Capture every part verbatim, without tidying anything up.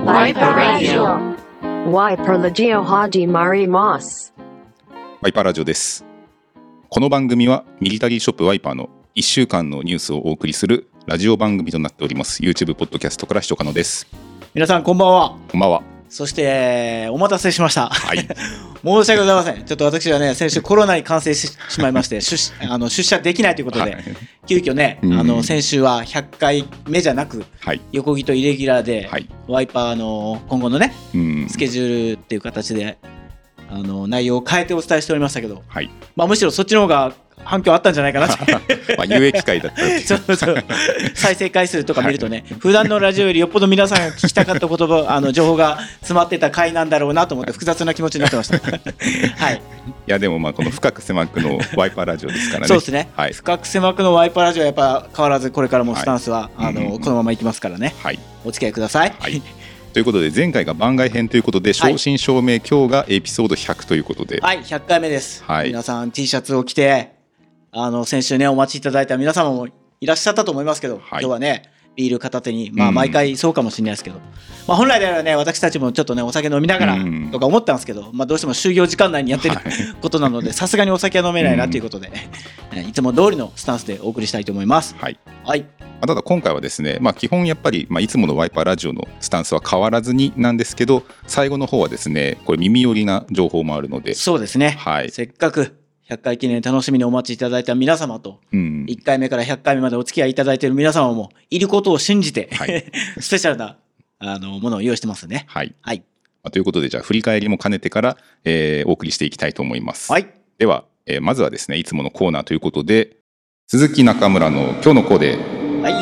ワイパーラジオ。 ワイパーラジオ始まります。 ワイパーラジオです。この番組はミリタリーショップワイパーのいっしゅうかんのニュースをお送りするラジオ番組となっております。 YouTube ポッドキャストから視聴可能です。 皆さんこんばんは。 こんばんは。 そしてお待たせしました、 はい、 申し訳ございません。ちょっと私はね、先週コロナに感染してしまいまして出, あの出社できないということで、はい、急遽ね、あの先週はひゃっかいめじゃなく、はい、横木とイレギュラーで、はい、ワイパーの今後のねスケジュールっていう形であの内容を変えてお伝えしておりましたけど、はい、まあ、むしろそっちの方が反響あったんじゃないかなってまあ有益回だったそうそう再生回数とか見るとね、はい、普段のラジオよりよっぽど皆さんが聞きたかった言葉あの情報が詰まってた回なんだろうなと思って複雑な気持ちになってましたはい、いやでもまあこの深く狭くのワイパーラジオですからねそうですね、はい、深く狭くのワイパーラジオはやっぱ変わらずこれからもスタンスは、はい、あの、うん、このままいきますからね、はい、お付き合いください、はいということで前回が番外編ということで正真正銘、はい、今日がエピソードひゃくということで、 はいひゃっかいめです、はい、皆さん T シャツを着てあの先週ねお待ちいただいた皆様もいらっしゃったと思いますけど、はい、今日はねビール片手に、まあ、毎回そうかもしれないですけど、うんまあ、本来であればね私たちもちょっとねお酒飲みながらとか思ったんですけど、まあ、どうしても就業時間内にやってる、はい、ことなのでさすがにお酒は飲めないなということで、うん、いつも通りのスタンスでお送りしたいと思います。 はい、はいただ今回はですね、まあ、基本やっぱり、まあ、いつものワイパーラジオのスタンスは変わらずになんですけど最後の方はですねこれ耳寄りな情報もあるのでそうですね、はい、せっかくひゃっかい記念楽しみにお待ちいただいた皆様と、うん、いっかいめからひゃっかいめまでお付き合いいただいている皆様もいることを信じて、はい、スペシャルなあのものを用意してますね。 はい、はいまあ、ということでじゃあ振り返りも兼ねてから、えー、お送りしていきたいと思います。はい、では、えー、まずはですねいつものコーナーということで鈴木中村の今日のコーデはい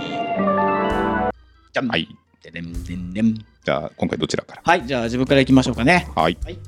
じゃん、はい、ででんでんでんじゃあ今回どちらからはいじゃあ自分からいきましょうかね。はいはい、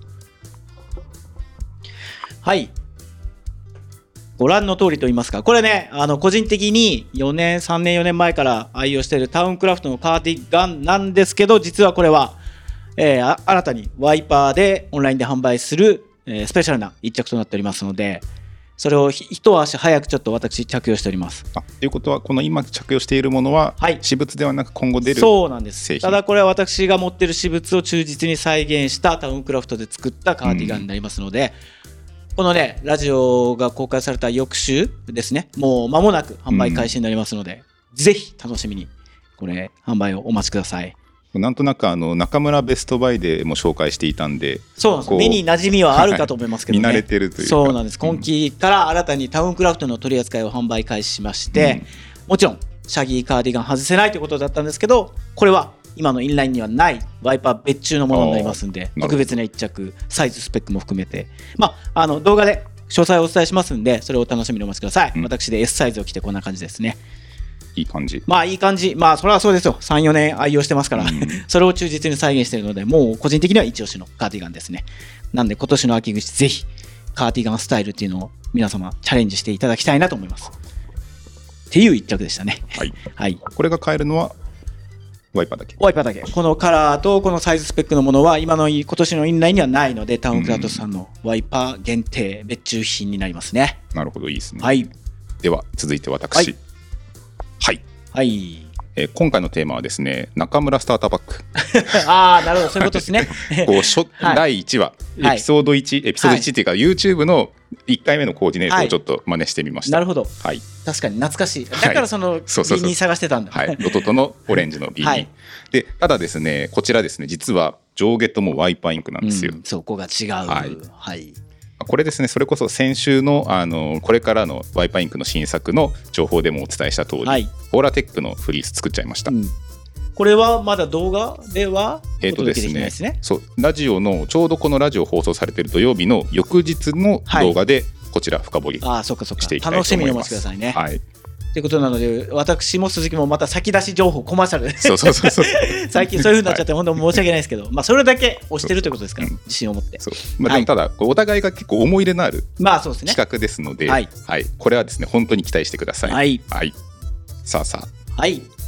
はいご覧の通りと言いますかこれねあの個人的によねんさんねんよねんまえから愛用しているタウンクラフトのカーディガンなんですけど実はこれは、えー、新たにワイパーでオンラインで販売する、えー、スペシャルな一着となっておりますのでそれを一足早くちょっと私着用しております。 あということはこの今着用しているものは、はい、私物ではなく今後出る製品。 そうなんです。ただこれは私が持っている私物を忠実に再現したタウンクラフトで作ったカーディガンになりますので、うん、このねラジオが公開された翌週ですねもう間もなく販売開始になりますので、うん、ぜひ楽しみにこれ販売をお待ちください。 なんとなくあの中村ベストバイでも紹介していたんでそうなんです目に馴染みはあるかと思いますけどね、 はい、見慣れてるというかそうなんです。今期から新たにタウンクラフトの取り扱いを販売開始しまして、うん、もちろんシャギーカーディガン外せないということだったんですけどこれは今のインラインにはないワイパー別注のものになりますんで特別な一着サイズスペックも含めて、まあ、あの動画で詳細をお伝えしますんでそれをお楽しみにお待ちください、うん、私で S サイズを着てこんな感じですね。 いい感じまあいい感じまあそれはそうですよ さんよねん愛用してますから、うん、それを忠実に再現しているのでもう個人的には一押しのカーディガンですね。なんで今年の秋口ぜひカーディガンスタイルっていうのを皆様チャレンジしていただきたいなと思いますっていう一着でしたね。 はい、はい、これが買えるのはワイパーだけワイパーだけこのカラーとこのサイズスペックのものは今の今年のインラインにはないのでタウンクラフトさんのワイパー限定別注品になりますね。 なるほどいいですね。 はい、 では続いて私はいはい、 はいえー、今回のテーマはですね中村スターターパックああなるほどそういうことですねこう初、はい、だいいちわエピソードいち、はい、エピソードいちっていうか、はい、YouTube のいっかいめのコーディネートをちょっと真似してみました、 はい、なるほど、 はい、 確かに懐かしいだからそのビーニー探してたんだ、 はい、ロトトのオレンジのビーニー、はい、でただですねこちらですね実は上下ともワイパーインクなんですよ、うん、 そこが違う、はいはい、 これですねそれこそ先週 の, あのこれからのワイパーインクの新作の情報でもお伝えした通り、はい、オーラテックのフリース作っちゃいました、うん、 これはまだ動画ではえーとですね、ですねそうラジオのちょうどこのラジオ放送されている土曜日の翌日の動画でこちら深掘りしていきたいと思います。あ、そうかそうか楽しみにお待ちくださいね。はいということなので私も鈴木もまた先出し情報コマーシャルでそうそうそうそう最近そういう風になっちゃって本当申し訳ないですけど、まあ、それだけ押してるということですから、うん、自信を持ってそう、 まあ、でもただ、はい、お互いが結構思い入れのある企画ですので、 まあそうですね、 はいはい、これはですね本当に期待してください。 はい、 はい、さあさあ、 はい、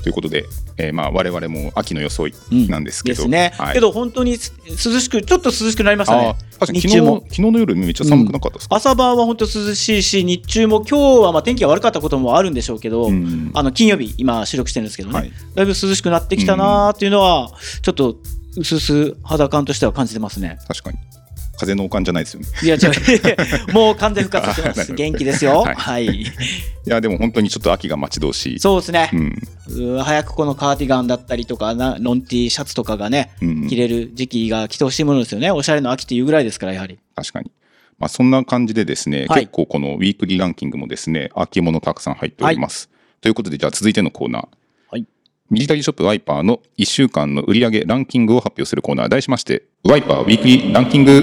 ということで、えー、まあ我々も秋の装いなんですけど、 うん、ですね、はい、けど本当に涼しくちょっと涼しくなりましたね。 確かに日中も昨日の夜めっちゃ寒くなかったですか？ うん、朝晩は本当涼しいし、日中も今日はまあ天気が悪かったこともあるんでしょうけど、うん、あの金曜日今収録してるんですけどね、はい、だいぶ涼しくなってきたなっていうのはちょっとうすうす肌感としては感じてますね。 確かに風のおかんじゃないですよね。 いや違うもう完全復活してます元気ですよ。はい、はい、いやでも本当にちょっと秋が待ち遠しい。 そうですね、うん、早くこのカーディガンだったりとかなロンティーシャツとかがね、うん、着れる時期が来てほしいものですよね。おしゃれの秋っていうぐらいですから。やはり確かに、まあ、そんな感じでですね、はい、結構このウィークリーランキングもですね秋物たくさん入っております、はい、ということでじゃあ続いてのコーナー、はい、ミリタリーショップワイパーのいっしゅうかんの売上ランキングを発表するコーナー、題しましてワイパーウィークリーランキング。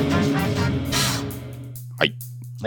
はい、はい、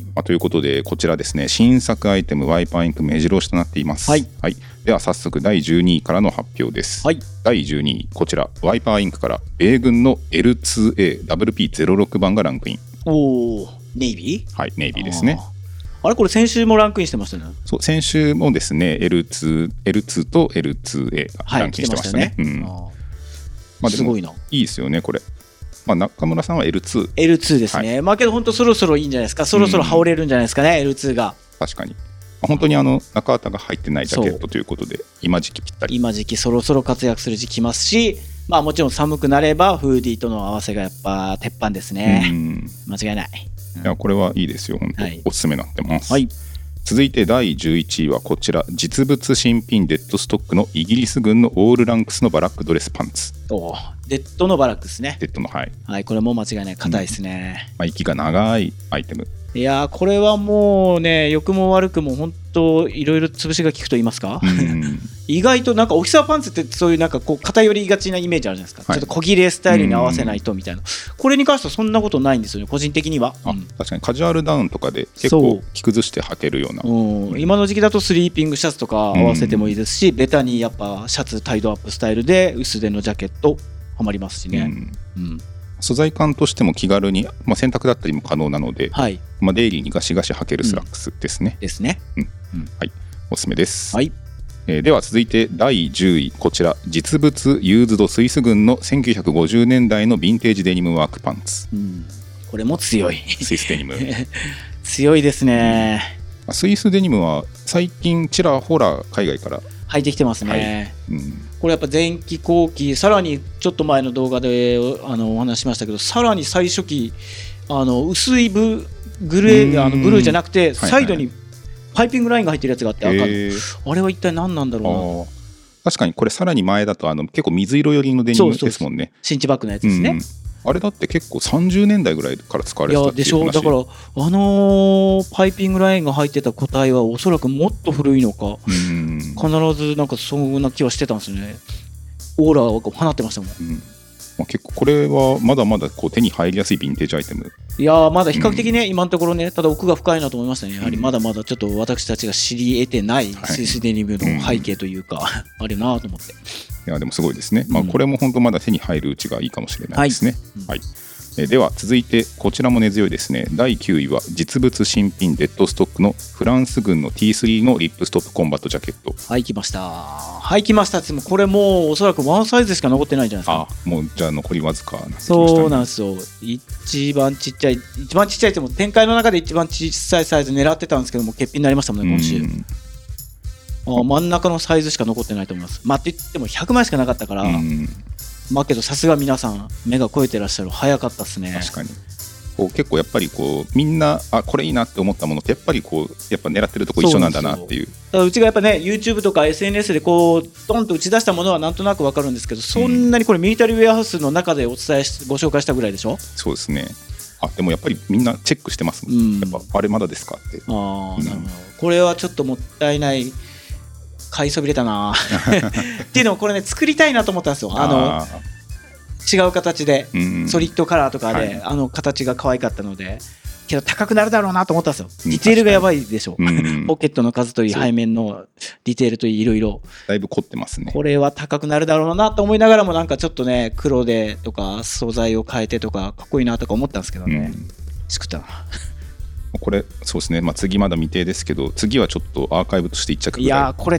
まあ、ということでこちらですね、新作アイテムワイパーインク目白押しとなっています、はいはい、では早速だいじゅうにいからの発表です、はい、だいじゅうにいこちらワイパーインクから米軍の エルツーエーダブリューピーゼロろく 番がランクイン。 おー、ネイビー？ はい、ネイビーですね。 あれこれ先週もランクインしてましたね。 そう先週もですね エルツー、エルツー と エルツーエー がランクインしてましたね、はい、来てましたね、うん、あまあ、でもすごいないいですよねこれ。まあ、中村さんは エルツー。エルツーですね、はい、まあけど本当そろそろいいんじゃないですか。そろそろ羽織れるんじゃないですかね、うん、エルツー が。 確かに、まあ、本当にあの中綿が入ってないジャケットということで今時期ぴったり。 今時期そろそろ活躍する時期きますし、まあもちろん寒くなればフーディーとの合わせがやっぱ鉄板ですね、うん、間違いない、 うん、いやこれはいいですよ本当、はい、おすすめになってます、 はい、 続いてだいじゅういちいはこちら実物新品デッドストックのイギリス軍のオールランクスのバラックドレスパンツ。 おデッドのバラックスね。 デッドのはい、 はい、これも間違いない硬いですね、 うん、まあ、息が長いアイテム。 いやこれはもうね良くも悪くも本当いろいろ潰しが効くと言いますか、うん、意外となんかオフィサーパンツってそういうなんかこう偏りがちなイメージあるじゃないですか、はい、ちょっと小切れスタイルに合わせないとみたいな、これに関してはそんなことないんですよね個人的には。 あ、うん、確かにカジュアルダウンとかで結構着崩して履けるような、 うん、今の時期だとスリーピングシャツとか合わせてもいいですし、うん、ベタにやっぱシャツタイドアップスタイルで薄手のジャケットはまりますしね、うんうん、素材感としても気軽に、まあ、洗濯だったりも可能なので、はい、まあ、デイリーにガシガシ履けるスラックスですね、 うん、ですね、 うんうん、はい、おすすめです、 はい、 えー、では続いてだいじゅういこちら実物ユーズドスイス軍のせんきゅうひゃくごじゅうねんだいのヴィンテージデニムワークパンツ、 うん、これも強いスイスデニム強いですね、 うん、スイスデニムは最近ちらほら海外から入ってきてますね、はい、うん、これやっぱ前期後期さらにちょっと前の動画であのお話しましたけど、さらに最初期あの薄いブグレーあのブルーじゃなくてサイドにパイピングラインが入ってるやつがあって赤の、あれは一体何なんだろうな。 確かにこれさらに前だとあの結構水色寄りのデニムですもんね。 シンチバックのやつですね、うん、 あれだって結構さんじゅうねんだいぐらいから使われてたっていう話。 いやでしょ、だからあのー、パイピングラインが入ってた個体はおそらくもっと古いのか、うん、必ずなんかそんな気はしてたんですよね。オーラを放ってましたもん、うん、 まあ、結構これはまだまだこう手に入りやすいヴィンテージアイテム。 いやまだ比較的ね、うん、今のところね、ただ奥が深いなと思いましたね。やはりまだまだちょっと私たちが知り得てないスイスデニムの背景というか、はい、あるなと思って。 いやでもすごいですね、まあ、これも本当まだ手に入るうちがいいかもしれないですね、はい、はい、えでは続いてこちらも根強いですね。だいきゅういは実物新品デッドストックのフランス軍の ティースリー のリップストップコンバットジャケット。 はい来ましたはい来ましたってもこれもうおそらくワンサイズしか残ってないじゃないですか。 あもうじゃあ残りわずかな、ね、 そうなんですよ。一番ちっちゃい一番ちっちゃいっても展開の中で一番小さいサイズ狙ってたんですけども欠品になりましたもんね今週。あ真ん中のサイズしか残ってないと思います。まあって言ってもひゃくまいしかなかったから、まあけどさすが皆さん目が肥えてらっしゃる。早かったですね。 確かにこう結構やっぱりこうみんなあこれいいなって思ったものってやっぱりこうやっぱ狙ってるとこ一緒なんだなっていう。 だからうちがやっぱね YouTube とか エスエヌエス でこうドンと打ち出したものはなんとなく分かるんですけど、そんなにこれミリタリーウェアハウスの中でお伝えしご紹介したぐらいでしょ。 そうですね。あでもやっぱりみんなチェックしてますもん、うん、やっぱあれまだですかって。 あ、うん、なるほど。これはちょっともったいない買いそびれたなっていうのもこれね作りたいなと思ったんですよ。あの違う形で、うんうん、ソリッドカラーとかで、はい、あの形が可愛かったので、けど高くなるだろうなと思ったんですよ。ディテールがやばいでしょ、うん、ポケットの数といい背面のディテールといいいろいろだいぶ凝ってますね。 これは高くなるだろうなと思いながらもなんかちょっとね黒でとか素材を変えてとかかっこいいなとか思ったんですけどね、うん、しくったなこれそうですね、まあ、次まだ未定ですけど次はちょっとアーカイブとしていっ着ぐらい。 いやこれデッ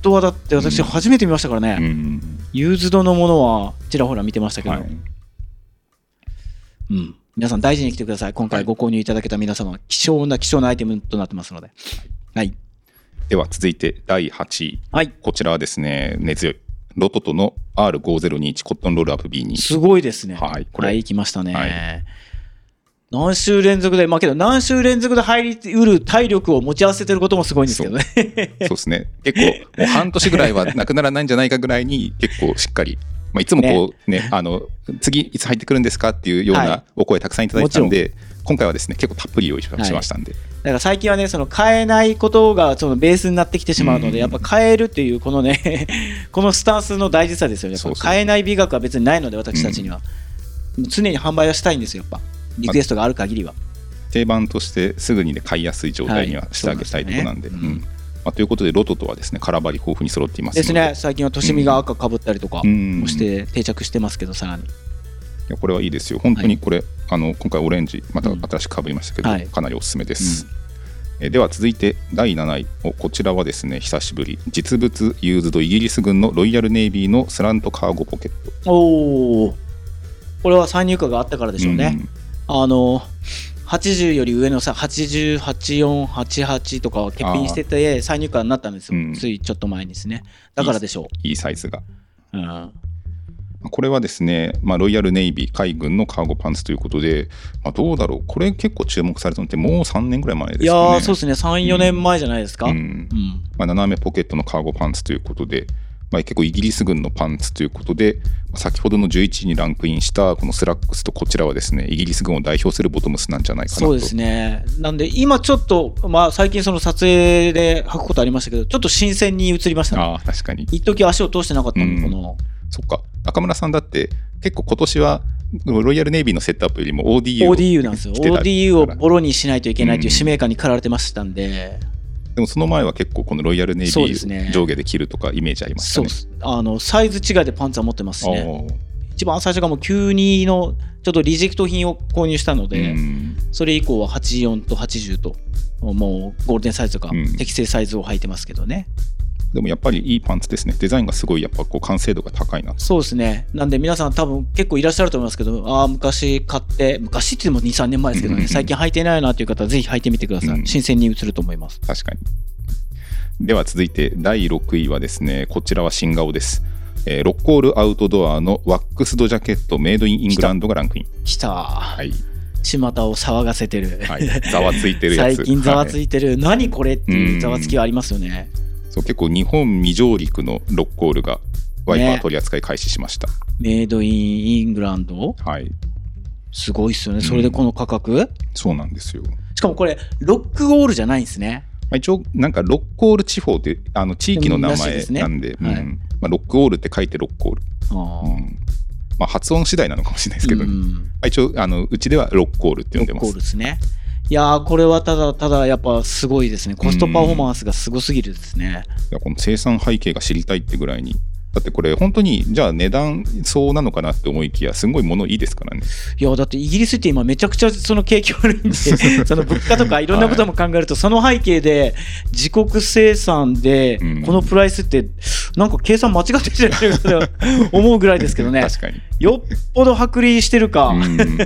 ドはだって私初めて見ましたからね、うん、ユーズドのものはちらほら見てましたけど、はい、うん、皆さん大事に来てください。今回ご購入いただけた皆様、はい、希少な希少なアイテムとなってますので、はい、 では続いてだいはちい、 はい、 こちらはですね、根強いロトトの アールごせんにじゅういち コットンロールアップ ビーにすごいですね。 はい、これ、 はい、来ましたね、はい、何週連続で、まあけど何週連続で入りうる体力を持ち合わせてることもすごいんですけどね。 そう、そうですね。結構もう半年ぐらいはなくならないんじゃないかぐらいに結構しっかり、まあ、いつもこう ね, ねあの次いつ入ってくるんですかっていうようなお声たくさんいただいてたんで、はい、今回はですね結構たっぷり用意しましたんで、はい、 だから最近はねその変えないことがそのベースになってきてしまうので、やっぱ変えるっていうこのねこのスタンスの大事さですよね。そうそう、変えない美学は別にないので私たちには、うん、常に販売はしたいんですよ。やっぱリクエストがある限りは、まあ、 定番としてすぐに、ね、買いやすい状態にはしてあげたいところなんで、はい、そうですね、うん、まあ、ということでロトトはですね空張り豊富に揃っていますのでですね。最近はとしみが赤かぶったりとかもして定着してますけど、さらにいやこれはいいですよ本当に。これ、はい、あの今回オレンジまた新しくかぶりましたけど、うん、はい、かなりおすすめです、うん、えでは続いてだいなない、こちらはですね久しぶり実物ユーズドイギリス軍のロイヤルネイビーのスラントカーゴポケット。 おー、これは再入荷があったからでしょうね、うん、あのはちじゅうより上のさはちじゅうはちよんはちはちとかを欠品してて再入荷になったんですよ、うん、ついちょっと前にですね。だからでしょう、 いい、いいサイズが、 うん、 これはですね、まあ、ロイヤルネイビー海軍のカーゴパンツということで、まあ、どうだろうこれ結構注目されたのってもうさんねんぐらい前ですかね。 いやそうですね さんよねんまえじゃないですか、うんうんまあ、斜めポケットのカーゴパンツということで、まあ、結構イギリス軍のパンツということで、先ほどのじゅういちいにランクインしたこのスラックスとこちらはですねイギリス軍を代表するボトムスなんじゃないかなと。 そうですね。なんで今ちょっと、まあ、最近その撮影で履くことありましたけどちょっと新鮮に映りましたね。 あ確かに一時足を通してなかったの、うん、このそっか中村さんだって結構今年はロイヤルネイビーのセットアップよりも オーディーユーオーディーユー なんですよ。 オーディーユー をボロにしないといけないという使命感に駆られてましたんで、 うん、でもその前は結構このロイヤルネイビー上下で着るとかイメージありましたね。 そうです、あのサイズ違いでパンツは持ってますしね。一番最初がもうきゅうじゅうにのちょっとリジェクト品を購入したので、うん、それ以降ははちじゅうよんとはちじゅうともうゴールデンサイズとか適正サイズを履いてますけどね、 うん、でもやっぱりいいパンツですね。デザインがすごいやっぱこう完成度が高いな。 そうですね。なんで皆さん多分結構いらっしゃると思いますけど、あ昔買って昔って言っても にさんねんまえですけどね最近履いてないなという方はぜひ履いてみてください、うん、新鮮に映ると思います。 確かに。では続いてだいろくいはですねこちらは新顔です。えー、ロッコールアウトドアのワックスドジャケットメイドインイングランドがランクイン。 きた、はい、巷を騒がせてる、 はい、ざわついてるやつ最近ざわついてる、はい、何これっていうざわつきはありますよね。 そう結構日本未上陸のロッコールがワイパー取り扱い開始しました、ね、 メイドインイングランド、 はい、 すごいっすよね。それでこの価格、うん、 そうなんですよ。 しかもこれロックオールじゃないんですね。 一応なんかロッコール地方ってあの地域の名前なんで、うん、はいまあ、ロックオールって書いてロッコール、あ、うんまあ、発音次第なのかもしれないですけど、ねうんまあ、一応あのうちではロッコールって呼んでます。 ロッコールですね。いやーこれはただただやっぱすごいですね。コストパフォーマンスがすごすぎるですね。 いやこの生産背景が知りたいってぐらいにだってこれ本当にじゃあ値段そうなのかなって思いきやすごいものいいですからね。 いやだってイギリスって今めちゃくちゃその景気悪いんでその物価とかいろんなことも考えると、はい、その背景で自国生産でこのプライスってなんか計算間違ってるじゃないかと思うぐらいですけどね確かによっぽど薄利してるか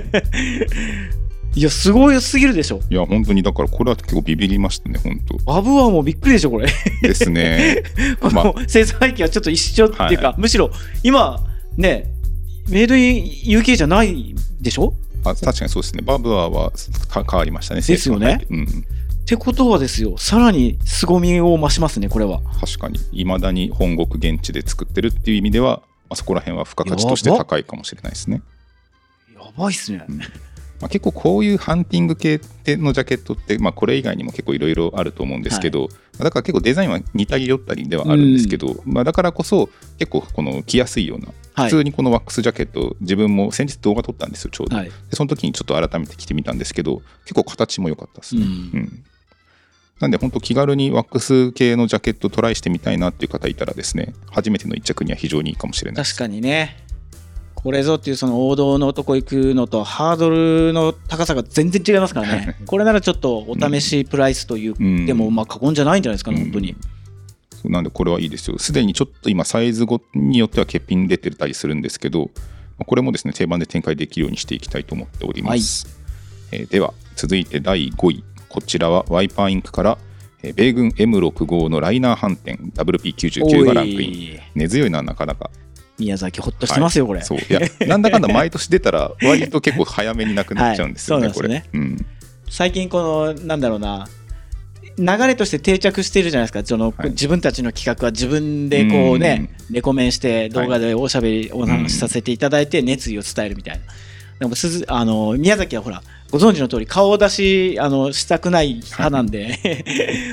いやすごいすぎるでしょ。 いや本当にだからこれは結構ビビりましたね本当。 バブはもうびっくりでしょこれですねこの生産背景はちょっと一緒っていうか、はい、むしろ今ねメイドイン ユーケー じゃないでしょ。 あ確かにそうですね。バブアは変わりましたね。 ですよね、うん、ってことはですよさらに凄みを増しますねこれは。確かに未だに本国現地で作ってるっていう意味では、まあ、そこら辺は付加価値として高いかもしれないですね。 やばいっすね、うんまあ、結構こういうハンティング系のジャケットって、まあ、これ以外にも結構いろいろあると思うんですけど、はい、だから結構デザインは似たり寄ったりではあるんですけど、うんまあ、だからこそ結構この着やすいような、はい、普通にこのワックスジャケット自分も先日動画撮ったんですよちょうど、はい、でその時にちょっと改めて着てみたんですけど結構形も良かったですね、うんうん、なんで本当気軽にワックス系のジャケットトライしてみたいなっていう方いたらですね初めての一着には非常にいいかもしれないです。 確かにねこれぞっていうその王道のとこ行くのとハードルの高さが全然違いますからねこれならちょっとお試しプライスと言ってもまあ過言じゃないんじゃないですかね、うん、本当に。 なんでこれはいいですよ。すでにちょっと今サイズによっては欠品出てたりするんですけど、これもですね定番で展開できるようにしていきたいと思っております、はいえー、では続いてだいごい、こちらはワイパーインクから、えー、米軍 エムろくじゅうご のライナー反転 ダブルピーきゅうじゅうきゅう がランクイン。根強いな、なかなか宮崎ほっとしてますよ、はい、これ。 そういやなんだかんだ毎年出たら割と結構早めになくなっちゃうんですよね、はい、これ、ねうん、 最近このなんだろうな流れとして定着しているじゃないですか。その、はい、自分たちの企画は自分でこうねレコメンして動画でおしゃべりお話しさせていただいて熱意を伝えるみたいな。でもすずあの宮崎はほらご存知の通り顔出しあのしたくない派なんで、はい、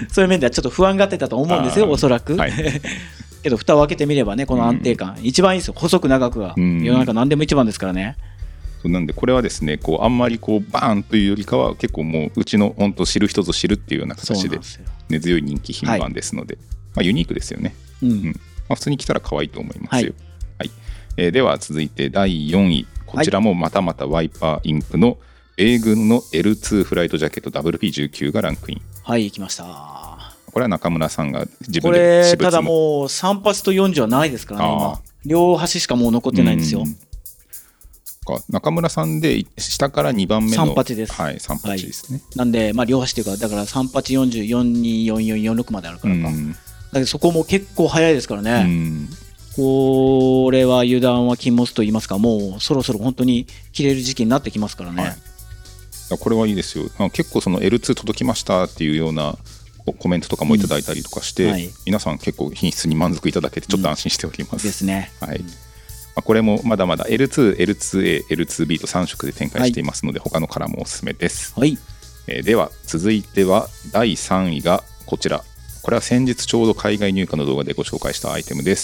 そういう面ではちょっと不安がってたと思うんですよおそらく、はい、けど蓋を開けてみればねこの安定感、うん、一番いいですよ。細く長くが、うん、世の中何でも一番ですからね。 なんでこれはですねこうあんまりこうバーンというよりかは結構もううちの本当知る人ぞ知るっていうような形で根強い人気品番ですので、はいまあ、ユニークですよね、うんうんまあ、普通に来たら可愛いと思いますよ、はいはいえー、では続いてだいよんい、こちらもまたまたワイパーインクの米軍の エルツー フライトジャケット ダブリューピーじゅうきゅう がランクイン。 はい来ました。 これは中村さんが自分で私物のこれただもうさん発とよんじゅうはないですからね今両端しかもう残ってないんですよ。 中村さんで下からにばんめのさん発です。 はい、さん発ですね。 はい、なんで、まあ、両端というかだからさん発よんじゅう、よんじゅうに、よんじゅうよん、よんじゅうろくまであるからか、うん、だけどそこも結構早いですからね、うん、これは油断は禁物と言いますかもうそろそろ本当に切れる時期になってきますからね、はい、 これはいいですよ。結構その エルツー 届きましたっていうようなコメントとかもいただいたりとかして、うんはい、皆さん結構品質に満足いただけてちょっと安心しております、うん、 ですね、 はいこれもまだまだ エルツー、エルツーエー、エルツービー とさん色で展開していますので、はい、他のカラーもおすすめです、はいえー、では続いてはだいさんいがこちら。これは先日ちょうど海外入荷の動画でご紹介したアイテムです。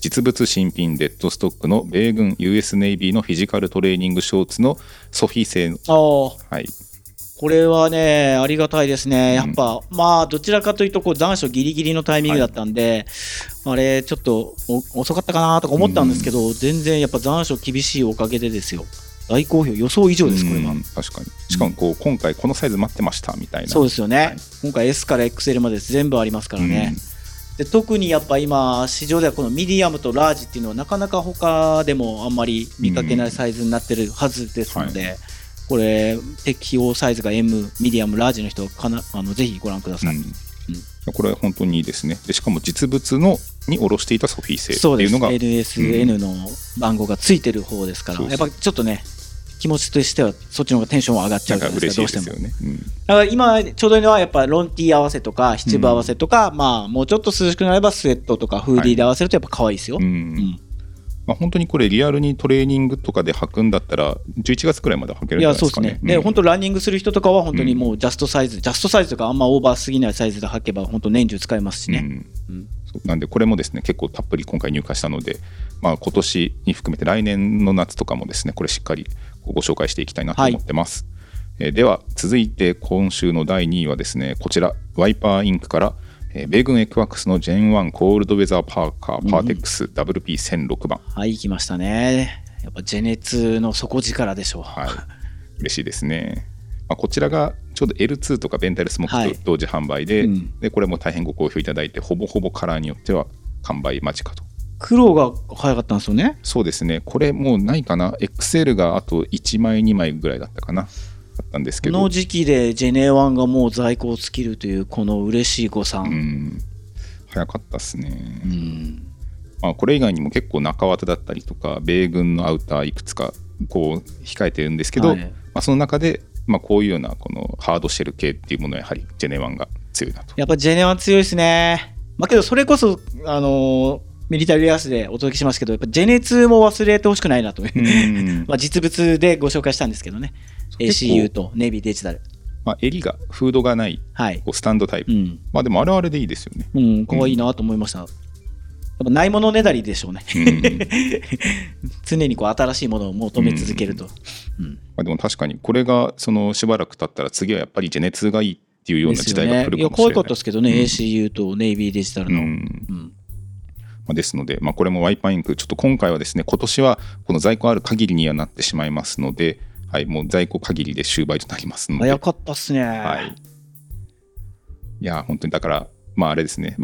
実物新品デッドストックの米軍 ユーエス ネイビーのフィジカルトレーニングショーツのソフィー製の、はい、 これはねありがたいですね。やっぱ、うん、まあどちらかというとこう残暑ギリギリのタイミングだったんで、はい、あれちょっと遅かったかなとか思ったんですけど、うん、全然やっぱ残暑厳しいおかげでですよ大好評予想以上ですこれは、うん、 確かに。しかもこう、うん、今回このサイズ待ってましたみたいな。 そうですよね、はい、今回 エス から エックスエル まで全部ありますからね、うん、で特にやっぱ今市場ではこのミディアムとラージっていうのはなかなか他でもあんまり見かけないサイズになってるはずですので、うんはいこれ適用サイズが エム、ミディアム、ラージの人はかなあのぜひご覧ください、うんうん、これは本当にいいですね。でしかも実物のに卸していたソフィー製っていうのがそうです エルエスエヌ の番号がついてる方ですから、うん、やっぱちょっとね気持ちとしてはそっちの方がテンション上がっちゃうじゃないですか。どうしても、ねうん、だから今ちょうどいいのはやっぱロンティー合わせとか七分合わせとか、うん、まあもうちょっと涼しくなればスウェットとかフーディーで合わせるとやっぱ可愛いですよ、はいうんうんまあ、本当にこれリアルにトレーニングとかで履くんだったらじゅういちがつくらいまで履けるんじゃないですかね。いやそうですね、うん、で本当ランニングする人とかは本当にもうジャストサイズ、うん、ジャストサイズとかあんまオーバーすぎないサイズで履けば本当年中使えますしね、うんうん、 そうなんでこれもですね結構たっぷり今回入荷したので、まあ、今年に含めて来年の夏とかもですねこれしっかりご紹介していきたいなと思ってます、はいえー、では続いて今週のだいにいはですねこちらワイパーインクから米軍エクワックスの ジェンワン コールドウェザーパーカーパーテックス ダブリューピーせんろく 番、 はい来ましたね。やっぱジェネツの底力でしょう。 はい嬉しいですね、まあ、こちらがちょうど エルツー とかベンタルスモックと同時販売 で,、はいうん、でこれも大変ご好評いただいてほぼほぼカラーによっては完売間近と。 黒が早かったんですよね。 そうですねこれもうないかな エックスエル があといちまいにまいぐらいだったかなだったんですけどこの時期でジェネワンがもう在庫を尽きるというこの嬉しい誤算、 うん早かったっすね、うんまあ、これ以外にも結構中綿だったりとか米軍のアウターいくつかこう控えてるんですけど、はいまあ、その中で、まあ、こういうようなこのハードシェル系っていうものはやはりジェネワンが強いなと。 やっぱジェネワン強いですね、まあ、けどそれこそあのー、ミリタリーアースでお届けしますけどやっぱジェネツーも忘れてほしくないなというまあ実物でご紹介したんですけどね エーシーユー とネイビーデジタルまあ、襟がフードがない、はい、こうスタンドタイプ、うん、まあでもあれはあれでいいですよね。 うん可愛いなと思いました、うん、やっぱないものねだりでしょうね、うん、常にこう新しいものを求め続けると、うんうんまあ、 でも確かにこれがそのしばらく経ったら次はやっぱりジェネツーがいいっていうような時代が来るかもしれない。 いや可愛かったですけどね、うん、エーシーユー とネイビーデジタルの、うんうんまあ、ですので、まあ、これもワイパーインクちょっと今回はですね今年はこの在庫ある限りにはなってしまいますのではい、もう在庫限りで終売となりますので早かったっすね、 はい、いや本当にだからまああれですね、まあ、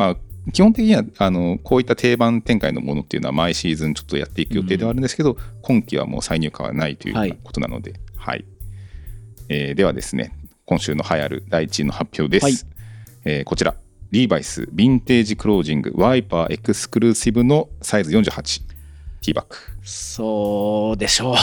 基本的にはあのこういった定番展開のものっていうのは毎シーズンちょっとやっていく予定ではあるんですけど、うん、今期はもう再入荷はないというようなことなので、はいはい、えー、ではですね、今週の流行るだいいちいの発表です、はい、えー、こちらリーバイスヴィンテージクロージングワイパーエクスクルーシブのサイズよんじゅうはちティーバッグ。 そうでしょう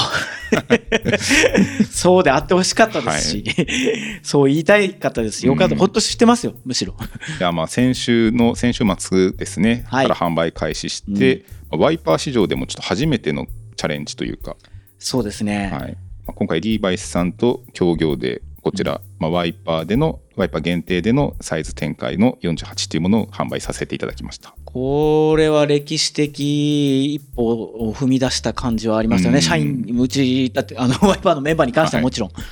そうであってほしかったですし、はい、そう言いたいかったです。よかった、うん、ほっとしてますよ、むしろ。 いや、まあ先週の先週末ですね、はい、から販売開始して、うん、ワイパー市場でもちょっと初めてのチャレンジというか、 そうですね、 はい、まあ、今回リーバイスさんと協業でこちら、うん、まあ、ワイパーでのワイパー限定でのサイズ展開のよんじゅうはちというものを販売させていただきました。 これは歴史的一歩を踏み出した感じはありましたよね、うん、社員うちだってあのワイパーのメンバーに関してはもちろん、はい、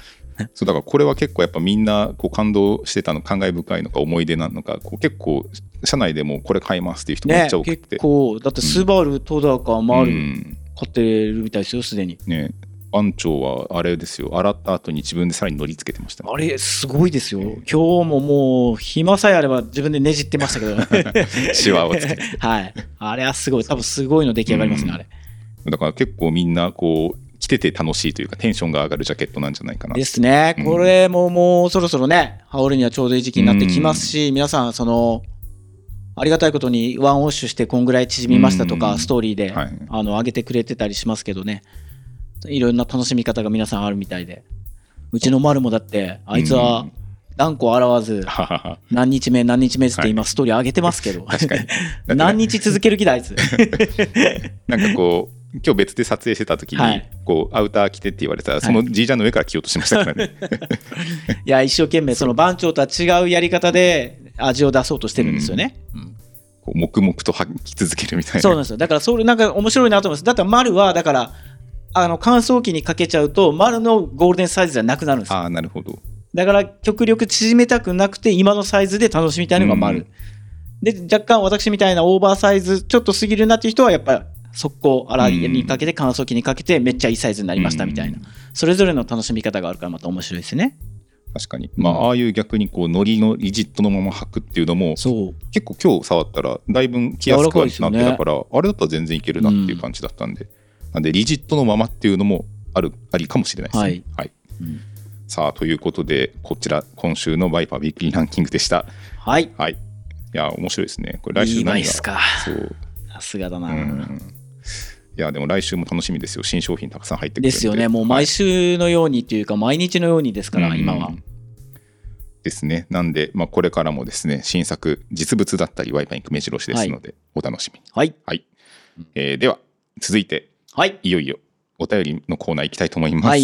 そうだからこれは結構やっぱみんなこう感動してたの、感慨深いのか思い出なのか、こう結構社内でもこれ買いますっていう人めっちゃ多くて、ね、 結構だってスバル、トダカ、マル買ってるみたいですよすでにね。番長はあれですよ、洗った後に自分でさらに乗り付けてました、ね、 あれすごいですよ、今日ももう暇さえあれば自分でねじってましたけどシワをつけてはい、あれはすごい、多分すごいの出来上がりますね、うん、あれだから結構みんなこう着てて楽しいというかテンションが上がるジャケットなんじゃないかなですね、うん、これももうそろそろね羽織るにはちょうどいい時期になってきますし、うん、皆さんそのありがたいことにワンウォッシュしてこんぐらい縮みましたとか、うん、ストーリーで、はい、あの上げてくれてたりしますけどね、いろんな楽しみ方が皆さんあるみたいで、うちの丸もだってあいつは断固洗わず何日目何日目って今ストーリー上げてますけど、はい、確かに何日続ける気だあいつなんかこう今日別で撮影してた時に、はい、こうアウター着てって言われたらその G ジャンの上から着ようとしましたからねいや一生懸命その番長とは違うやり方で味を出そうとしてるんですよね、うんうん、 こう黙々と履き続けるみたいな。 そうなんですよ。だからそれなんか面白いなと思います。だから丸はだからあの乾燥機にかけちゃうと丸のゴールデンサイズじゃなくなるんですよ。 ああ、なるほど。 だから極力縮めたくなくて今のサイズで楽しみたいのが丸、うん、で若干私みたいなオーバーサイズちょっと過ぎるなっていう人はやっぱり速攻洗いにかけて乾燥機にかけてめっちゃいいサイズになりましたみたいな、うん、それぞれの楽しみ方があるからまた面白いですね。 確かに、まあ、ああいう逆にこうノリのリジットのまま履くっていうのもそう結構今日触ったらだいぶ着やすくなってたから、ね、あれだったら全然いけるなっていう感じだったんで、うん、なんでリジットのままっていうのもあるありかもしれないですね。はい、はい、うん、さあということでこちら今週のバイパーウィークリーランキングでした。 はい、はい、 いや面白いですねこれ。来週何がいいですか。 そうさすがだな、うん、 いやでも来週も楽しみですよ。新商品たくさん入ってくるんでですよね。もう毎週のようにというか、はい、毎日のようにですから、うん、今はですね。なんで、まあ、これからもですね新作実物だったりワイパーインク目白押しですので、はい、お楽しみに。 はい、 はい、えー、では続いて、 はい、 いよいよお便りのコーナー行きたいと思います。 はい、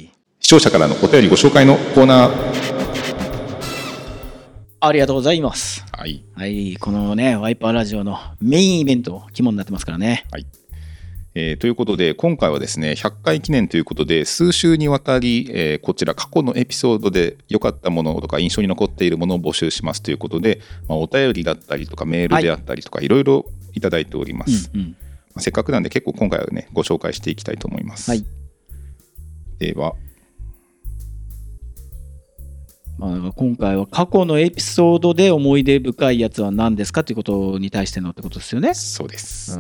視聴者からのお便りご紹介のコーナー。 ありがとうございます。 はい、 はい、このねワイパーラジオのメインイベント肝になってますからね。 はい、えー、ということで今回はですねひゃっかい記念ということで数週にわたり、えー、こちら過去のエピソードで良かったものとか印象に残っているものを募集しますということで、まあ、お便りだったりとかメールであったりとか、はい、いろいろいただいております、うんうん、まあ、せっかくなんで結構今回はねご紹介していきたいと思います。はい、では、 まあ、今回は過去のエピソードで思い出深いやつは何ですかということに対してのってことですよね。 そうです、うん、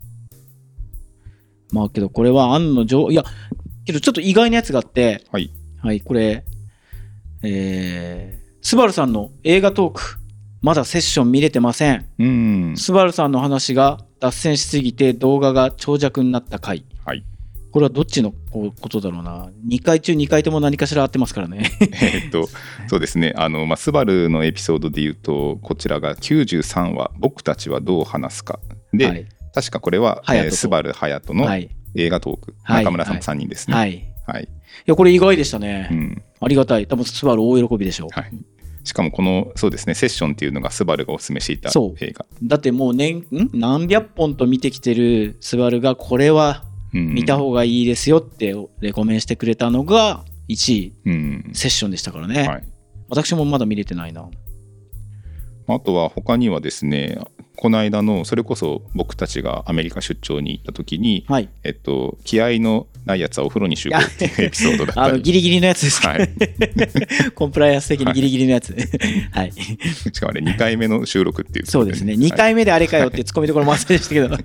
まあけどこれは案の定いやけどちょっと意外なやつがあって、 はい、 はい、これえー、スバルさんの映画トークまだセッション見れてません。 うん、 スバルさんの話が脱線しすぎて動画が長尺になった回、 はい、 これはどっちのことだろうな。にかい中にかいとも何かしら合ってますからねえっとそうですねあの、まあ、スバルのエピソードでいうとこちらがきゅうじゅうさんわ僕たちはどう話すかで、はい、確かこれは、えー、スバル隼人の映画トーク、はい、中村さんのさんにんですね。 はい、はいはい、いやこれ意外でしたね、うん、ありがたい。多分スバル大喜びでしょう、 はい、しかもこのそうですねセッションっていうのがスバルがおすすめしていた映画だってもう年ん何百本と見てきてるスバルがこれは見た方がいいですよってレコメンしてくれたのがいちい、うん、セッションでしたからね、はい、私もまだ見れてないな。 あとは他にはですね、この間のそれこそ僕たちがアメリカ出張に行った時に、はい、えっと、気合のないやつはお風呂に集合っていうエピソードだったり、 あのギリギリのやつですか、はい、コンプライアンス的にギリギリのやつ、はい、 しかもあれにかいめの収録っていう、ね、 そうですね、にかいめであれかよってツッコミどころもあったでしたけど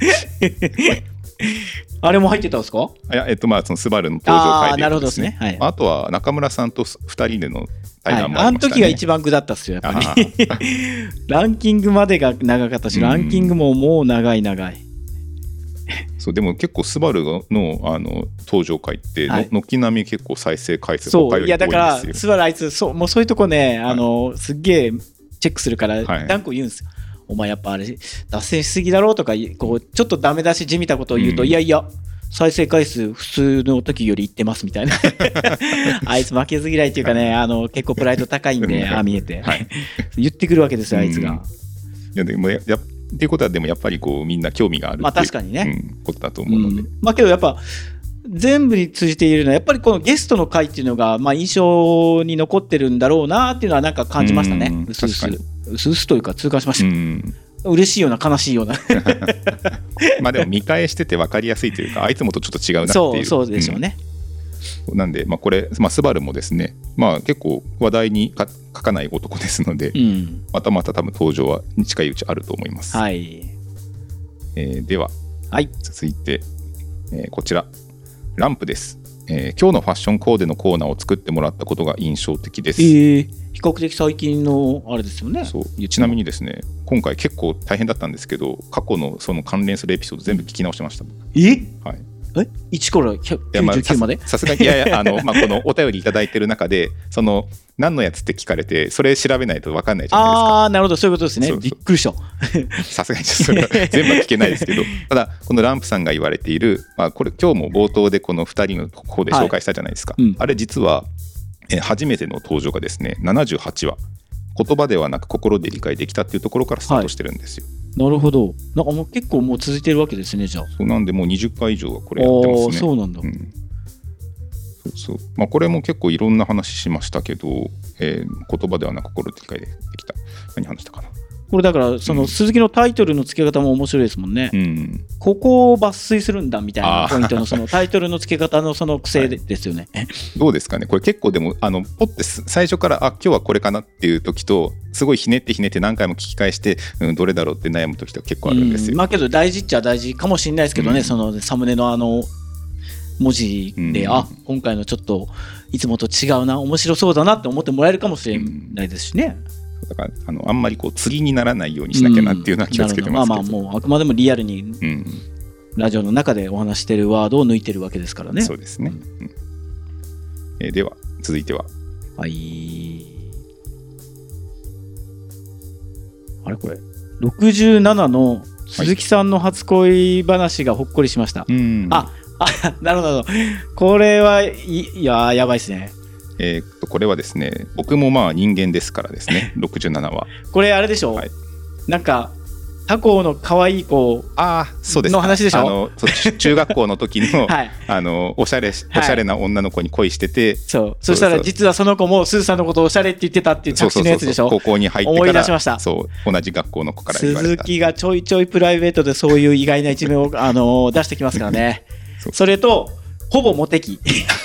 あれも入ってたんですか？ いや、えっとまあそのスバルの登場回で、ね、 あなるほどですね、はい、 あとは中村さんとふたりでの対談もありましたね、はい、あの時が一番具だったっすよやっぱりランキングまでが長かったし、ランキングももう長い長いそうでも結構スバル の, あの登場回って軒、はい、並み結構再生回数そういやだからスバルあいつそうもうそういうとこね、あの、はい、すっげえチェックするから断固言うんですよ、はい、お前やっぱあれ脱線しすぎだろうとかこうちょっとダメ出しじみたことを言うと、うん、いやいや再生回数普通の時よりいってますみたいなあいつ負けず嫌いっていうかね、あの結構プライド高いんでああ見えて、はい、言ってくるわけですよあいつが、うん、いやでもややっていうことはでもやっぱりこうみんな興味があるっていう、まあ、確かにね、うん、ことだと思うので、うん、 まあけどやっぱ全部に通じて言えるのはやっぱりこのゲストの回っていうのがまあ印象に残ってるんだろうなっていうのはなんか感じましたね。うすうすうすうすというか痛感しました。うん、嬉しいような悲しいようなまあでも見返してて分かりやすいというか、あいつもとちょっと違うなっていう。 そうそうでしょうね。 うん、なんでまあこれまあスバルもですね、まあ結構話題にか書かない男ですので、うん、またまた多分登場は近いうちあると思います。はい。えー、では、はい、続いて、えー、こちらランプです。えー、今日のファッションコーデのコーナーを作ってもらったことが印象的です。 えー、比較的最近のあれですよね。 そうちなみにですね、今回結構大変だったんですけど、過去のその関連するエピソード全部聞き直してました。 え、はい、えいちからきゅうじゅうきゅうまで？ さすがにいやいやあの、まあ、このお便りいただいてる中でその何のやつって聞かれてそれ調べないと分かんないじゃないですか。 ああなるほど、そういうことですね。そうそうびっくりしたさすがにそれは全部は聞けないですけどただこのランプさんが言われている、まあ、これ今日も冒頭でこのふたりの方で紹介したじゃないですか、はい、うん、あれ実はえ初めての登場がですねななじゅうはちわ、言葉ではなく心で理解できたっていうところからスタートしてるんですよ、はい、 なるほど。なんかもう結構もう続いてるわけですね。じゃあそうなんでもうにじゅっかい以上はこれやってますね。 あそうなんだ、うん、 そうそう、まあ、これも結構いろんな話しましたけど、えー、言葉ではなく心で理解できた。何話したかな。 これだからその鈴木のタイトルの付け方も面白いですもんね、うん、ここを抜粋するんだみたいなポイントのそのタイトルの付け方のその癖ですよね、はい、 どうですかねこれ結構でもあのポッて最初からあ今日はこれかなっていう時とすごいひねってひねって何回も聞き返して、うん、どれだろうって悩む時と結構あるんですよ、うん、 まあけど大事っちゃ大事かもしれないですけどね、うん、そのサムネのあの文字で、うん、あ今回のちょっといつもと違うな面白そうだなって思ってもらえるかもしれないですしね、うん、 だからあのあんまりこう釣りにならないようにしなきゃなっていうのは気をつけてますけど、うん、 まあまあもうあくまでもリアルに、うん、ラジオの中でお話してるワードを抜いてるわけですからね。 そうですね、うんえー、では続いてははいあれこれろくじゅうななの鈴木さんの初恋話がほっこりしました、はい、うんああなるほどこれはいいややばいですね。 えー、っとこれはですね僕もまあ人間ですからですねろくじゅうななはこれあれでしょ、はい、なんか他校の可愛い子の話でしょ。 あの中学校の時の、はい、あのおしゃれおしゃれな女の子に恋してて、はい、 そうそしたら実はその子もスーさんのことをおしゃれって言ってたっていう着地のやつでしょ。 そうそうそう高校に入ってから思い出しました。 そう同じ学校の子から言われた。 鈴木がちょいちょいプライベートでそういう意外な一面をあの出してきますからねそ, それとほぼモテ期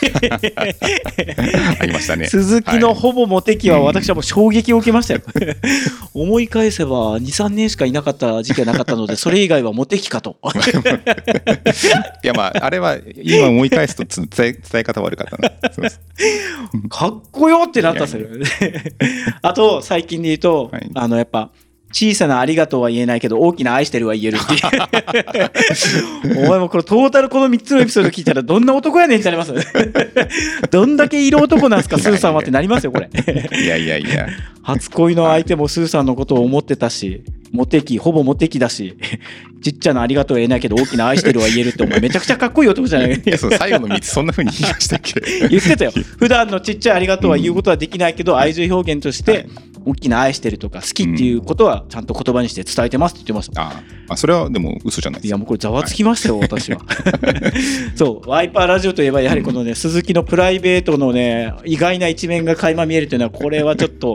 ありましたね。 鈴木のほぼモテ期は私はもう衝撃を受けましたよ、うん、思い返せば にさんねんしかいなかった時期はなかったのでそれ以外はモテ期かといやまああれは今思い返すと伝え、伝え方悪かったなそうそうかっこよってなったんですよあと最近で言うと、はい、あのやっぱ小さなありがとうは言えないけど大きな愛してるは言えるっていうお前もこれトータルこのみっつのエピソード聞いたらどんな男やねんってなりますどんだけ色男なんすかスーさんはってなりますよこれいやいやいや初恋の相手もスーさんのことを思ってたしモテ期ほぼモテ期だしちっちゃなありがとうは言えないけど大きな愛してるは言えるってお前めちゃくちゃかっこいい男じゃない。いやその最後のみっつそんな風に言いましたっけ言ってたよ。普段のちっちゃいありがとうは言うことはできないけど、うん、愛情表現として大きな愛してるとか好きっていうことはちゃんと言葉にして伝えてますって言ってました、 うん、ああそれはでも嘘じゃないですか。 いやもうこれざわつきましたよ、はい、私はそうワイパーラジオといえばやはりこのね、うん、鈴木のプライベートのね意外な一面が垣間見えるというのはこれはちょっと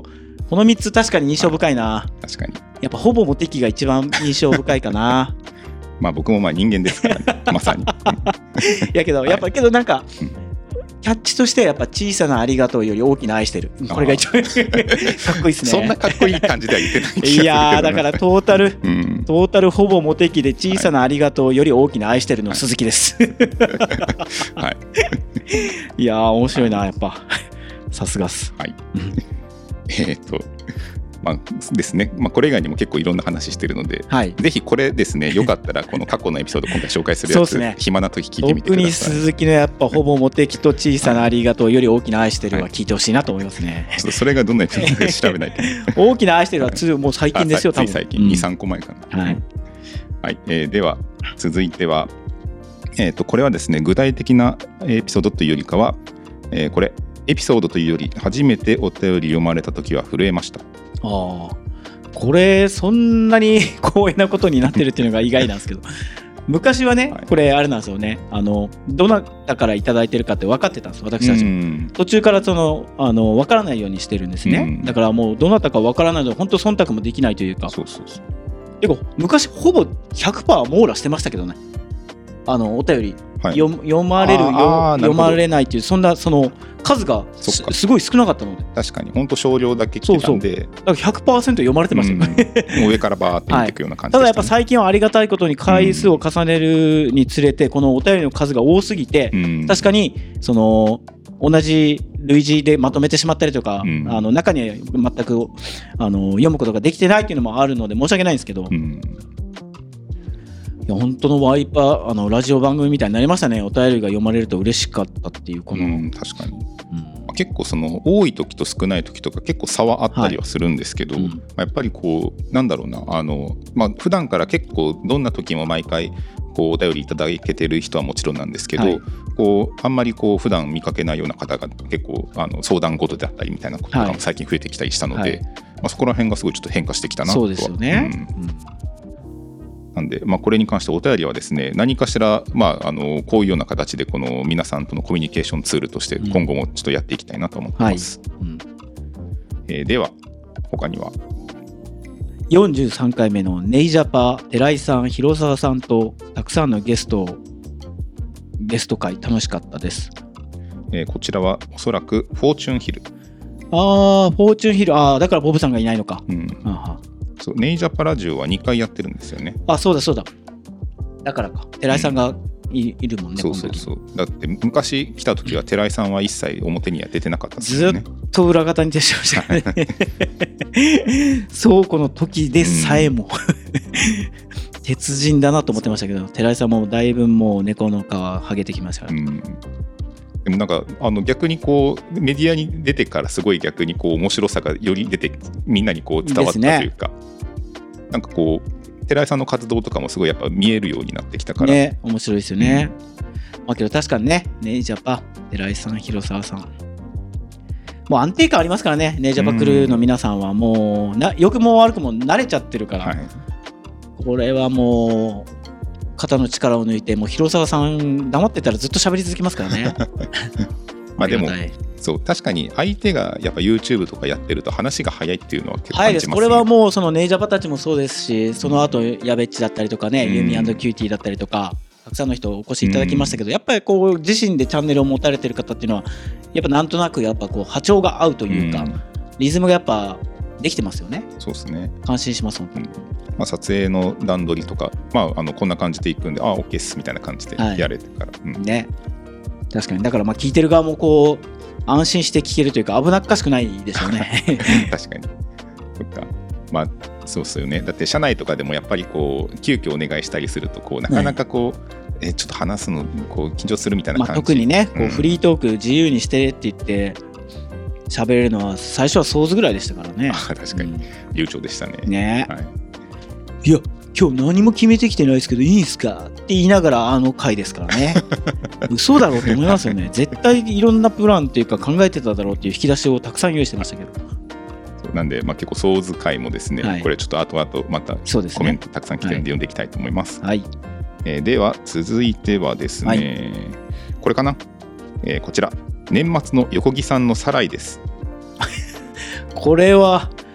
このみっつ確かに印象深いな。 確かにやっぱほぼモテ期が一番印象深いかな。 まあ僕もまあ人間ですからねまさにやけど、はい、やっぱけどなんか、うん、キャッチとしてやっぱ小さなありがとうより大きな愛してる、これが一番かっこいいですね。 そんなかっこいい感じでは言ってない気がするけど、 いやだからトータル、うん、トータルほぼモテ期で小さなありがとうより大きな愛してるの鈴木です、はい、いやー面白いなやっぱさすがっす。はいえっとまあですね、まあ、これ以外にも結構いろんな話してるので、はい、ぜひこれですねよかったらこの過去のエピソード今回紹介するやつ、ね、暇な時聞いてみてください。特に鈴木のやっぱほぼモテ期と小さなありがとうより大きな愛してるは聞いてほしいなと思いますね、はい、ちょっとそれがどんなエピソードか調べないと大きな愛してるはつもう最近ですよ多分。つい最近、うん、にさんこまえかな、はいはいえー、では続いては、えー、とこれはですね具体的なエピソードというよりかは、えー、これエピソードというより初めてお便り読まれた時は震えました。ああこれそんなに光栄なことになってるっていうのが意外なんですけど昔はね、はい、これあれなんですよね、あのどなたからいただいてるかって分かってたんです私たちも。途中からそのあの分からないようにしてるんですね。だからもうどなたか分からないので本当忖度もできないというか。そうそうそう結構昔ほぼ ひゃくパーセント 網羅してましたけどね、あのお便り、はい、読, 読まれる読まれないっていうそんなその数が す, すごい少なかったので。確かに本当少量だけ来てたんで、そうそうだから ひゃくパーセント 読まれてましたよね、うん、もう上からバーって見ていくような感じでした、ねはい、ただやっぱ最近はありがたいことに回数を重ねるにつれてこのお便りの数が多すぎて、うん、確かにその同じ類似でまとめてしまったりとか、うん、あの中には全くあの読むことができてないっていうのもあるので申し訳ないんですけど、うんいや本当のワイパーあのラジオ番組みたいになりましたね。お便りが読まれると嬉しかったっていうこの、うん、確かに、うんまあ、結構その多い時と少ない時とか結構差はあったりはするんですけど、はいうんまあ、やっぱりこうなんだろうなあの、まあ、普段から結構どんな時も毎回こうお便りいただけてる人はもちろんなんですけど、はい、こうあんまりこう普段見かけないような方が結構あの相談事であったりみたいなことが最近増えてきたりしたので、はいまあ、そこら辺がすごいちょっと変化してきたなとは。そうですよね、うんうんなんでまあ、これに関してお便りはですね何かしら、まあ、あのこういうような形でこの皆さんとのコミュニケーションツールとして今後もちょっとやっていきたいなと思ってます、うんはいうんえー、では他にはよんじゅうさんかいめのネイジャパ寺井さん広沢さんとたくさんのゲストゲスト会楽しかったです、えー、こちらはおそらくフォーチュンヒルあーフォーチュンヒルあーだからボブさんがいないのか、うんあはそうネイジャパラジオはにかいやってるんですよね。あそうだそうだだからか寺井さんが い,、うん、いるもんね。そうそうそうだって昔来た時は寺井さんは一切表には出てなかったですよね。ずっと裏方に徹してましたからねそうこの時でさえも、うん、鉄人だなと思ってましたけど寺井さんもだいぶもう猫の皮剥げてきましたから、うんでもなんかあの逆にこうメディアに出てからすごい逆にこう面白さがより出てみんなにこう伝わったというか、ね、なんかこう寺井さんの活動とかもすごいやっぱ見えるようになってきたからね面白いですよね、うんまあ、けど確かにねネイジャパ寺井さん広沢さんもう安定感ありますからねネイジャパクルーの皆さんはもうな良くも悪くも慣れちゃってるから、はい、これはもう肩の力を抜いてもう広沢さん黙ってたらずっと喋り続けますからねまあでもそう確かに相手がやっぱ YouTube とかやってると話が早いっていうのは結構感じますね。はいですこれはもうそのネイジャパたちもそうですしその後やべっちだったりとかね、うん、ユーミー&キューティーだったりとかたくさんの人お越しいただきましたけど、うん、やっぱりこう自身でチャンネルを持たれてる方っていうのはやっぱなんとなくやっぱこう波長が合うというか、うん、リズムがやっぱできてますよね。そうですね感心します本当に、うんまあ、撮影の段取りとか、まあ、あのこんな感じでいくんでああ OK っすみたいな感じでやれてから、はいうん、ね確かにだからまあ聞いてる側もこう安心して聞けるというか危なっかしくないですよね確かにそっかまあそうですよねだって社内とかでもやっぱりこう急遽お願いしたりするとこうなかなかこう、ね、えちょっと話すのこう緊張するみたいな感じ、まあ、特にねこうフリートーク自由にしてって言って喋れるのは最初は想像ぐらいでしたからね確かに、うん、流暢でしたねね、はいいや今日何も決めてきてないですけどいいんすかって言いながらあの回ですからね嘘だろうと思いますよね絶対いろんなプランっていうか考えてただろうっていう引き出しをたくさん用意してましたけどそうなんで、まあ、結構想像回もですね、はい、これちょっと後々またコメントたくさん来てるんで読んでいきたいと思います、はいえー、では続いてはですね、はい、これかな、えー、こちら年末の横木さんのサライですこれは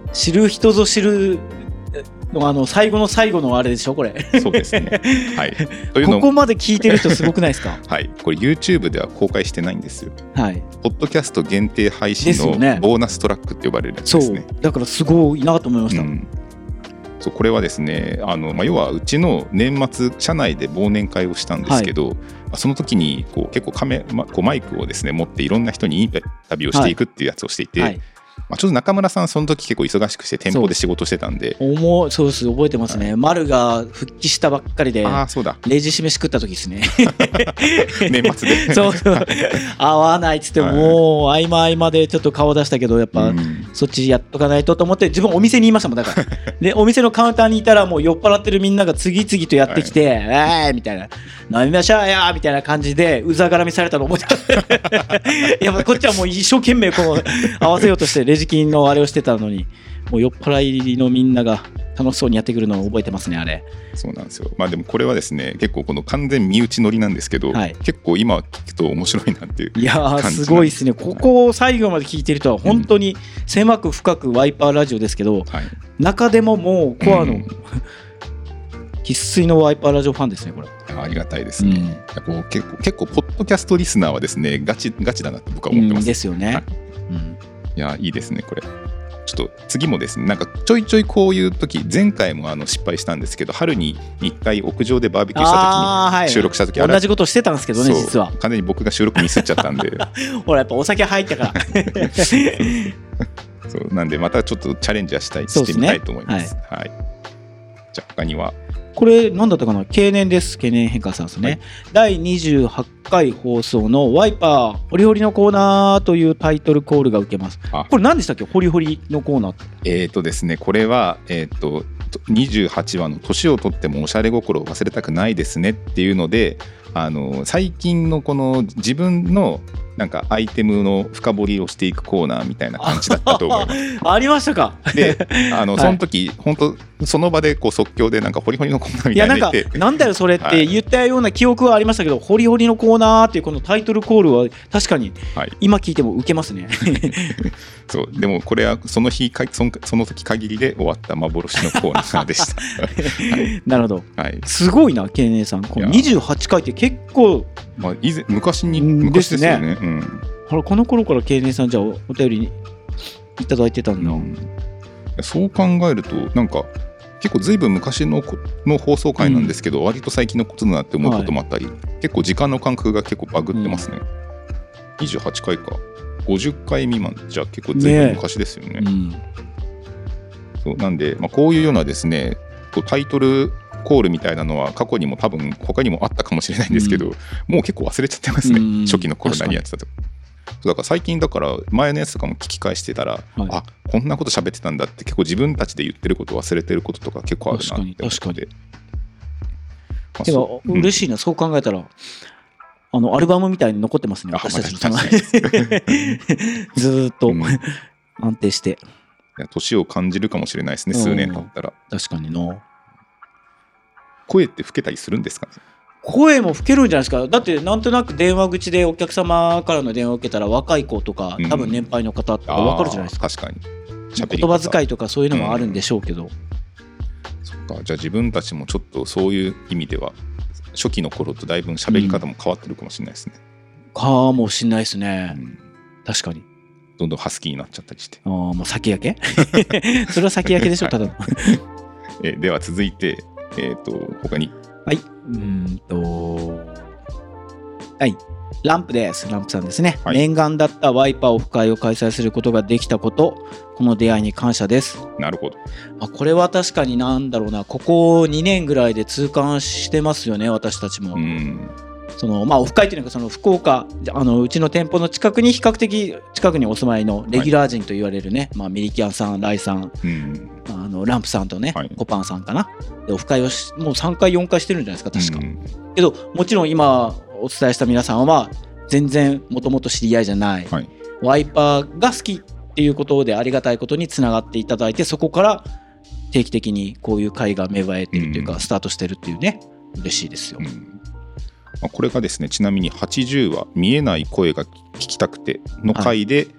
知る人ぞ知るのあの最後の最後のあれでしょこれ。 そうですね。はい。というのここまで聞いてる人すごくないですか？ はい。これ YouTube では公開してないんですよ。 はい。 ポッドキャスト限定配信のボーナストラックって呼ばれるやつですね。 そう。だからすごいなと思いました。うん、 そうこれはですね、あのまあ、要はうちの年末社内で忘年会をしたんですけど、はい、その時にこう結構カメ、ま、こうマイクをですね持っていろんな人にインタビューをしていくっていうやつをしていて。はいはい、まあ、ちょっと中村さんその時結構忙しくして店舗で仕事してたんで、 そうそうです覚えてますね、はい、丸が復帰したばっかりであそうだレジ締めし食った時ですね年末でそうそう合わないっつってもう合間合間でちょっと顔出したけどやっぱそっちやっとかないとと思って自分お店にいましたもんだからでお店のカウンターにいたらもう酔っ払ってるみんなが次々とやってきて、はい、えーみたいな飲みましょうよみたいな感じでうざがらみされたの覚えてやっぱこっちはもう一生懸命こう合わせようとしてレジ金のあれをしてたのにもう酔っ払いのみんなが楽しそうにやってくるのを覚えてますねあれ。 そうなんですよ。まあでもこれはですね結構この完全身内乗りなんですけど、はい、結構今聞くと面白いなっていう感じ。 いやーすごいですね。ここを最後まで聞いてるとは本当に狭く深くワイパーラジオですけど、うんはい、中でももうコアの生粋のワイパーラジオファンですねこれ。 ありがたいですね、うん、こう結構結構ポッドキャストリスナーはですねガチガチだなって僕は思ってます、 うん、ですよね、はいうん、いやいいですねこれ。ちょっと次もですねなんかちょいちょいこういう時前回もあの失敗したんですけど春にいっかい屋上でバーベキューした時に収録した時、 はい、同じことしてたんですけどね実は完全に僕が収録ミスっちゃったんでほらやっぱお酒入ったからそうなんでまたちょっとチャレンジはしたいしてみたいと思います、ねはいはい、じゃあ他にはこれ何だったかな経年です経年変化さんですね、はい、だいにじゅうはちかい放送のワイパーホリホリのコーナーというタイトルコールが受けます。これ何でしたっけホリホリのコーナーって。 えーとですねこれはえーとにじゅうはちわの年をとってもおしゃれ心を忘れたくないですねっていうのであの最近のこの自分のなんかアイテムの深掘りをしていくコーナーみたいな感じだったと思います。 ありましたか。 で、あのその時、はい、本当その場でこう即興でなんかホリホリのコーナーみたいなの言って、いやなんかなんだよそれって言ったような記憶はありましたけど、はい、ホリホリのコーナーっていうこのタイトルコールは確かに今聞いても受けますね。はい、 そうでもこれはその日そのその時限りで終わった幻のコーナーでした。 はい、なるほど。はい、すごいなケイネさん。このにじゅうはちかいって結構。 まあ、以前昔に昔ですよね。うん、 あらこの頃からケイネさんじゃあ お, お便りいただいてたんだ、うん、 そう考えるとなんか結構ずいぶん昔 の, の放送回なんですけど、うん、割と最近のことだなって思うこともあったり、はい、結構時間の感覚が結構バグってますね、うん、にじゅうはちかいかごじゅっかい未満じゃ結構ずいぶん昔ですよね、うん、そうなんで、まあ、こういうようなですねこうタイトルコールみたいなのは過去にも多分他にもあったかもしれないんですけど、うん、もう結構忘れちゃってますね、うん、初期の頃何やってたとか。だから最近だから前のやつとかも聞き返してたら、はい、あこんなこと喋ってたんだって結構自分たちで言ってること忘れてることとか結構あるなって思って。確かに確かに、 まあ、てか嬉しいな、うん、そう考えたらあのアルバムみたいに残ってますね私たちのずーっと、うん、安定して。 いや年を感じるかもしれないですね数年経ったら。 確かにな。 声って老けたりするんですかね。 声も老けるんじゃないですか。だってなんとなく電話口でお客様からの電話を受けたら若い子とか、うん、多分年配の方とか分かるじゃないですか。 確かに言葉遣いとかそういうのもあるんでしょうけど、うん、 そっかじゃあ自分たちもちょっとそういう意味では初期の頃とだいぶ喋り方も変わってるかもしれないですね、 うん、かもしれないですね、うん、確かにどんどんハスキーになっちゃったりして。 あもう先焼けそれは先焼けでしょ、はい、ただのえでは続いてえー、と他にはいうんとはいランプです。ランプさんですね、はい、念願だったワイパーオフ会を開催することができたこと、この出会いに感謝です。 なるほど。 まあ、これは確かになんだろうな、ここにねんぐらいで痛感してますよね私たちも。うんそのまあ、オフ会っていうのがその福岡あのうちの店舗の近くに比較的近くにお住まいのレギュラー陣と言われるね、はいまあ、ミリキャンさん、ライさん、うん、あのランプさんとね、はい、コパンさんかなでオフ会をしもうさんかいよんかいしてるんじゃないですか確か、うん、けどもちろん今お伝えした皆さんは全然もともと知り合いじゃない、はい、ワイパーが好きっていうことでありがたいことにつながっていただいて、そこから定期的にこういう会が芽生えているというか、うん、スタートしてるっていうね嬉しいですよ、うんこれがですねちなみにはちじゅうわ見えない声が聞きたくての回で、はい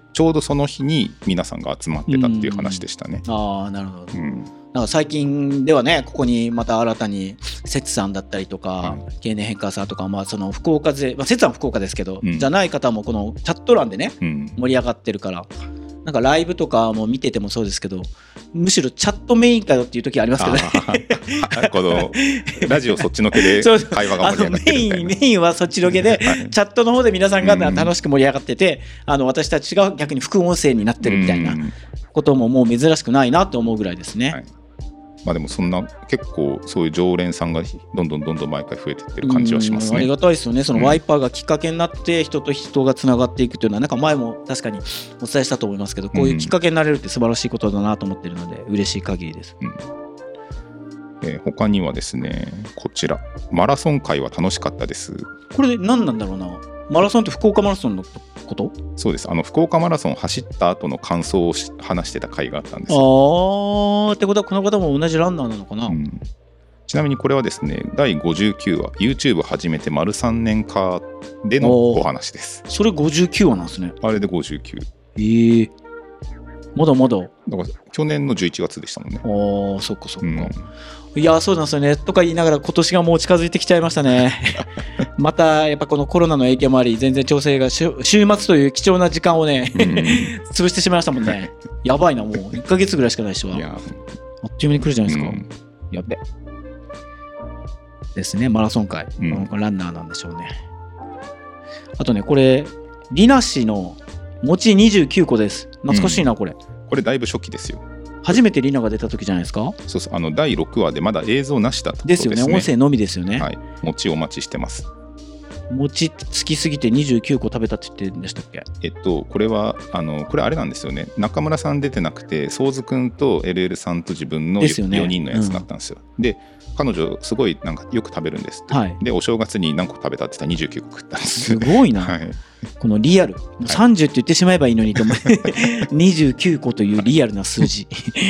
ちょうどその日に皆さんが集まってたっていう話でしたね。 うん、ああなるほど、うん、なんか最近ではねここにまた新たに節さんだったりとか、うん、経年変化さんとか、まあ、その福岡勢、まあ、節さんは福岡ですけど、うん、じゃない方もこのチャット欄でね、うん、盛り上がってるからなんかライブとかも見ててもそうですけどむしろチャットメインかよっていう時ありますけどねこのラジオそっちのけで会話が盛り上がってるみたいなメイン、メインはそっちのけで、はい、チャットの方で皆さんが楽しく盛り上がってて、うん、あの私たちが逆に副音声になってるみたいなことももう珍しくないなと思うぐらいですね、はい。 まあ、でもそんな結構そういう常連さんがどんどんどんどん毎回増えていってる感じはしますね。 ありがたいですよね。そのワイパーがきっかけになって人と人がつながっていくというのはなんか前も確かにお伝えしたと思いますけど、こういうきっかけになれるって素晴らしいことだなと思っているので嬉しい限りです、うん。 えー、他にはですねこちらマラソン会は楽しかったです。 これ何なんだろうな。マラソンって福岡マラソンのこと？ そうです。あの福岡マラソン走った後の感想を話してた回があったんですよ。あーってことはこの方も同じランナーなのかな、うん、 ちなみにこれはですねだいごじゅうきゅうわ YouTube 始めて丸さんねんかでのお話です。 それごじゅうきゅうわなんですね。 あれでごじゅうきゅう。 えー、まだまだだから去年のじゅういちがつでしたもんね。 ああそっかそっか、うん、いやそうなんですよねとか言いながら今年がもう近づいてきちゃいましたねまたやっぱこのコロナの影響もあり全然調整が週末という貴重な時間をね、うん、潰してしまいましたもんねやばいなもういっかげつぐらいしかないしわ。いやあっという間に来るじゃないですか、うん、やべですね。マラソン会、うん、ランナーなんでしょうね。あとねこれリナ氏の餅にじゅうきゅうこです。懐かしいな、うん、これこれだいぶ初期ですよ。 初めてリナが出た時じゃないですか。 そうそう、あのだいろくわでまだ映像なしだったことですね。 ですよね、音声のみですよね。 はい、餅お待ちしてます。 餅つきすぎてにじゅうきゅうこ食べたって言ってるんでしたっけ。 えっとこれはあのこれあれなんですよね。中村さん出てなくてソーズくんと エルエル さんと自分のよにんのやつだったんですよ。うん、で彼女すごいなんかよく食べるんですって、はい、でお正月に何個食べたって言ったらにじゅうきゅうこ食ったんです。 すごいな、はい、このリアルさんじゅうって言ってしまえばいいのにと思って、はい、にじゅうきゅうこというリアルな数字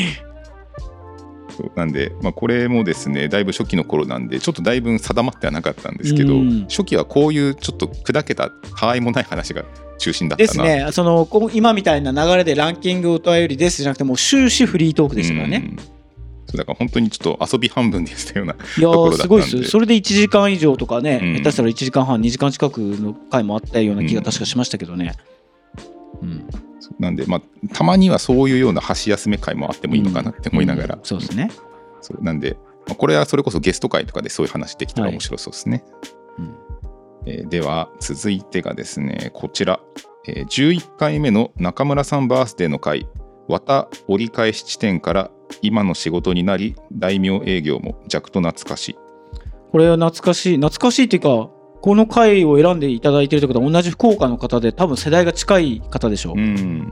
なんで、まあ、これもですねだいぶ初期の頃なんでちょっとだいぶ定まってはなかったんですけど、初期はこういうちょっと砕けたたわいもない話が中心だったなですね。その今みたいな流れでランキングを問えよりですじゃなくてもう終始フリートークでしたからね。 そうだから本当にちょっと遊び半分でしたようなところだったんで。いやすごいです。 それでいちじかん以上とかね、うん、下手したらいちじかんはんにじかん近くの回もあったような気が確かしましたけどね、 うんうん、なんで、まあ、たまにはそういうような箸休め会もあってもいいのかなって思いながら、うんうん、 そうですね。 そうなんで、まあ、これはそれこそゲスト会とかでそういう話できたら面白そうですね、はい。うんえー、では続いてがですねこちら、えー、じゅういっかいめの中村さんバースデーの会わた折り返し地点から今の仕事になり大名営業も弱と懐かしい。 これは懐かしい懐かしいっていうかこの回を選んでいただいているということは同じ福岡の方で多分世代が近い方でしょう、うん、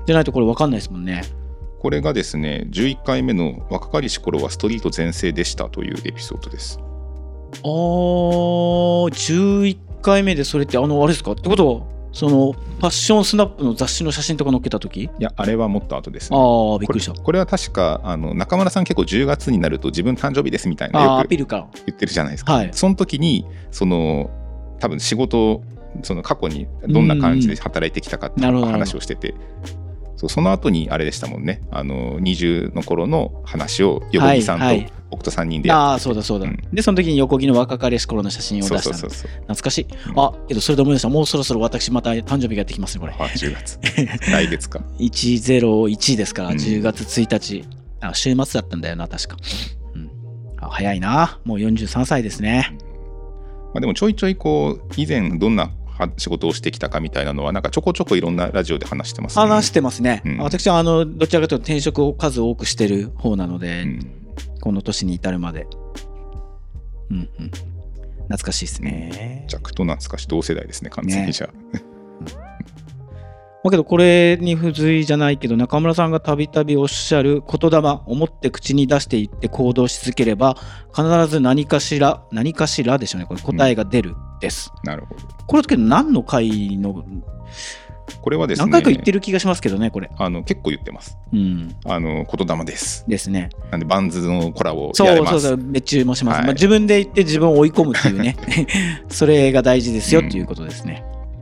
じゃないとこれ分かんないですもんね。 これがですねじゅういっかいめの若かりし頃はストリート全盛でしたというエピソードです。 あーじゅういっかいめでそれってあのあれですかってことはそのファッションスナップの雑誌の写真とか載っけた時。いやあれはもっと後ですね。 ああびっくりした。 これ、これは確かあの中村さん結構じゅうがつになると自分誕生日ですみたいなよく言ってるじゃないですか。はい、その時にその多分仕事その過去にどんな感じで働いてきたかっていう話をしてて、そう、その後にあれでしたもんね、あのにじゅうの頃の話を横木さんと僕とさんにんでやって、はいはい、ああそうだそうだ、うん、でその時に横木の若かりし頃の写真を出したの。そうそうそうそう懐かしい、うん、あけどそれで思い出した。もうそろそろ私また誕生日がやってきますねこれ。 あじゅうがつ来月かいちぜろいちですから、うん、じゅうがつついたちあ週末だったんだよな確か、うん、あ早いなもうよんじゅうさんさいですね、うんまあ、でもちょいちょいこう以前どんな仕事をしてきたかみたいなのはなんかちょこちょこいろんなラジオで話してますね。 話してますね、うん、私はあのどちらかというと転職を数多くしてる方なので、うん、この年に至るまで、うんうん、懐かしいですね。 ジャクと懐かし同世代ですね完全にじゃあ、ねだけどこれに付随じゃないけど中村さんがたびたびおっしゃる言霊思って口に出していって行動し続ければ必ず何かしら何かしらでしょうねこれ答えが出るです、 うん、なるほど。 これだけど何の回のこれはですね何回か言ってる気がしますけどねこれあの結構言ってます、うん、あの言霊ですですね。 なんでバンズのコラボをやれます。 そうそうそう別注もします、はいまあ、自分で言って自分を追い込むっていうねそれが大事ですよっていうことですね、う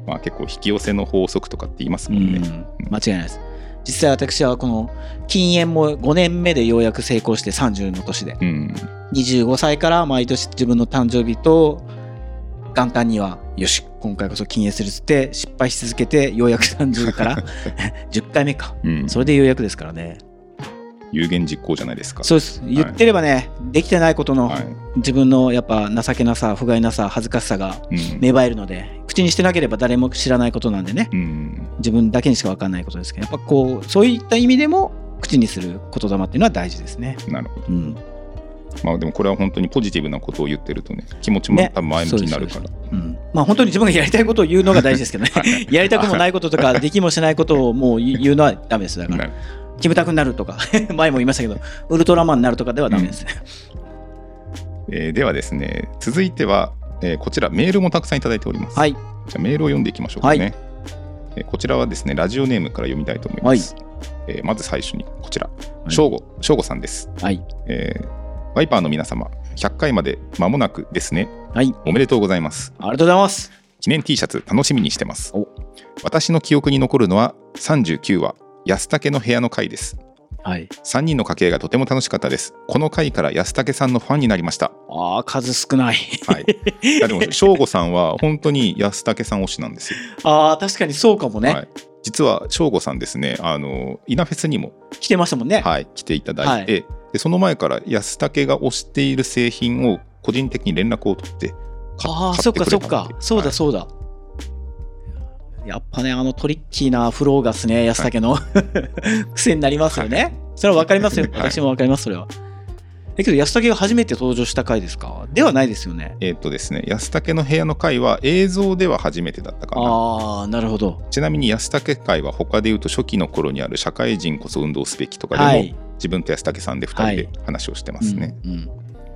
まあ、結構引き寄せの法則とかって言いますもんね。うん、 間違いないです。実際私はこの禁煙もごねんめでようやく成功してさんじゅうの年で、うん、にじゅうごさいから毎年自分の誕生日と元旦にはよし今回こそ禁煙するっつって失敗し続けてようやくさんじゅうからじゅっかいめか、うん、それでようやくですからね。 有言実行じゃないですか。 そうです。言ってればね、はい、できてないことの、はい、自分のやっぱ情けなさ不甲斐なさ恥ずかしさが芽生えるので、うん、口にしてなければ誰も知らないことなんでね、うん、自分だけにしか分かんないことですけど、やっぱこうそういった意味でも口にする言霊っていうのは大事ですね。 なるほど、うん、まあでもこれは本当にポジティブなことを言ってるとね気持ちも多分前向きになるから、ね、 うん、まあ本当に自分がやりたいことを言うのが大事ですけどねやりたくもないこととかできもしないことをもう言うのはダメです。だからキムタクになるとか前も言いましたけどウルトラマンになるとかではダメですね、 うんえー、ではですね続いては、えー、こちらメールもたくさんいただいております、はい、じゃあメールを読んでいきましょうかね、はいえー、こちらはですねラジオネームから読みたいと思います、はいえー、まず最初にこちらしょうごしょうごさんです、はいえー、ワイパーの皆様ひゃっかいまで間もなくですね、はい、おめでとうございます。 ありがとうございます。 記念 T シャツ楽しみにしてます。私の記憶に残るのはさんじゅうきゅうわ安武の部屋の回です、はい、さんにんの掛け合いがとても楽しかったです。この回から安武さんのファンになりました。 あー数少ない、 はい、いやでも省吾さんは本当に安武さん推しなんですよ。 あー確かにそうかもね、はい、 実は省吾さんですねあの稲フェスにも来てましたもんね。 はい来ていただいて、はい、でその前から安武が推している製品を個人的に連絡を取って買ああそっかそっかそうだそうだ、はい、やっぱねあのトリッキーなフローガスね安武の、はい、癖になりますよね、はい、それは分かりますよ、はい、私も分かりますそれは。だけど安武が初めて登場した回ですか？ではないですよね。 えっとですね安武の部屋の回は映像では初めてだったかな。 ああなるほど。 ちなみに安武回は他でいうと初期の頃にある社会人こそ運動すべきとかでも、はい、自分と安武さんでふたりで話をしてますね、はいうんうん、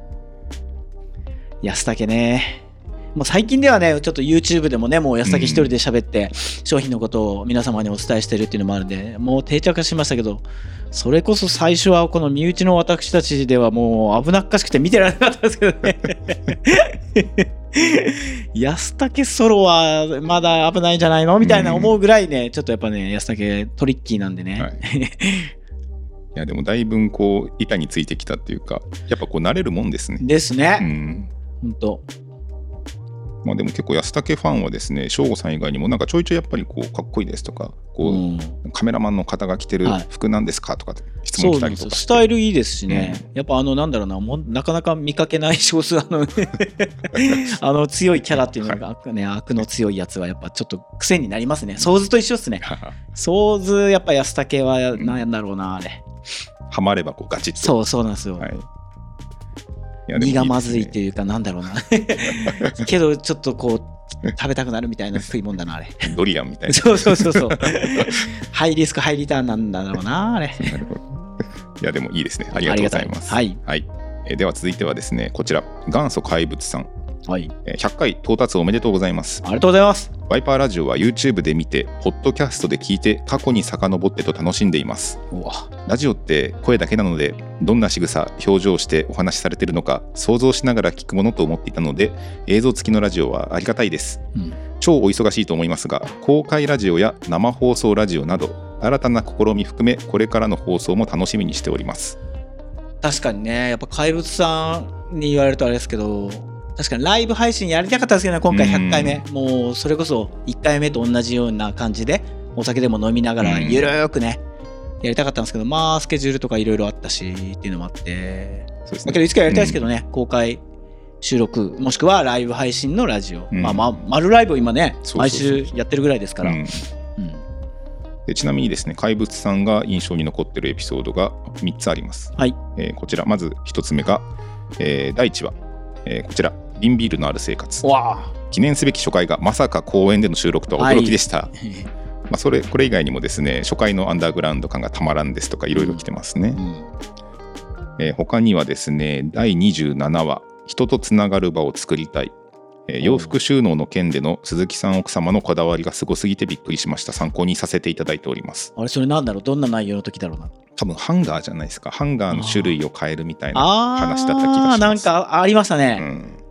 安武ねもう最近ではねちょっと YouTube でもねもう安武一人で喋って商品のことを皆様にお伝えしてるっていうのもあるんでもう定着しましたけど、それこそ最初はこの身内の私たちではもう危なっかしくて見てられなかったですけどね安武ソロはまだ危ないんじゃないのみたいな思うぐらいねちょっとやっぱね安武トリッキーなんでね、はい、いやでもだいぶこう板についてきたっていうかやっぱこう慣れるもんですね。 ですね、うん、ほんとまあ、でも結構安武ファンはですね省吾さん以外にもなんかちょいちょいやっぱりこうかっこいいですとかこう、うん、カメラマンの方が着てる服なんですかとか質問来たりとかして、 スタイルいいですしね、うん、やっぱあのなんだろうなもうなかなか見かけない少数あのあの強いキャラっていうのが、ねはい、悪の強いやつはやっぱちょっと癖になりますね。ソーズと一緒ですねソーズやっぱ安武はなんだろうなあれハマればこうガチッとそうそうなんですよ、はい身がまずいっていうかなんだろうなけどちょっとこう食べたくなるみたいな食い物だなあれドリアンみたいなそうそうそうそうハイリスクハイリターンなんだろうなあれいやでもいいですねありがとうございます。はい、はいえー、では続いてはですねこちら元祖怪物さん、はいえー、ひゃっかい到達おめでとうございます。 ありがとうございます。 ワイパーラジオは YouTube で見てポッドキャストで聞いて過去に遡ってと楽しんでいます。うわラジオって声だけなのでどんな仕草表情をしてお話しされているのか想像しながら聞くものと思っていたので映像付きのラジオはありがたいです、うん、超お忙しいと思いますが公開ラジオや生放送ラジオなど新たな試み含めこれからの放送も楽しみにしております。 確かにねやっぱ怪物さんに言われるとあれですけど確かにライブ配信やりたかったですけどね今回ひゃっかいめもうそれこそいっかいめと同じような感じでお酒でも飲みながらゆるーくねやりたかったんですけどまあスケジュールとかいろいろあったしっていうのもあってそうですねだけどいつかやりたいですけどね、うん、公開収録もしくはライブ配信のラジオ、うんまあ、まあ丸ライブを今ね毎週やってるぐらいですから、うんうん、 でちなみにですね怪物さんが印象に残ってるエピソードがみっつあります、はいえー、こちらまずひとつめが、えー、だいいちわ、えー、こちら瓶ビールのある生活わ記念すべき初回がまさか公園での収録とは驚きでした、はいまあ、それこれ以外にもですね初回のアンダーグラウンド感がたまらんですとかいろいろ来てますね、うんうんえー、他にはですねだいにじゅうななわ人とつながる場を作りたい、えー、洋服収納の件での鈴木さん奥様のこだわりがすごすぎてびっくりしました。参考にさせていただいております。 あれそれなんだろうどんな内容の時だろうな。 多分ハンガーじゃないですか。ハンガーの種類を変えるみたいな話だった気がします。 あなんかありましたね、うん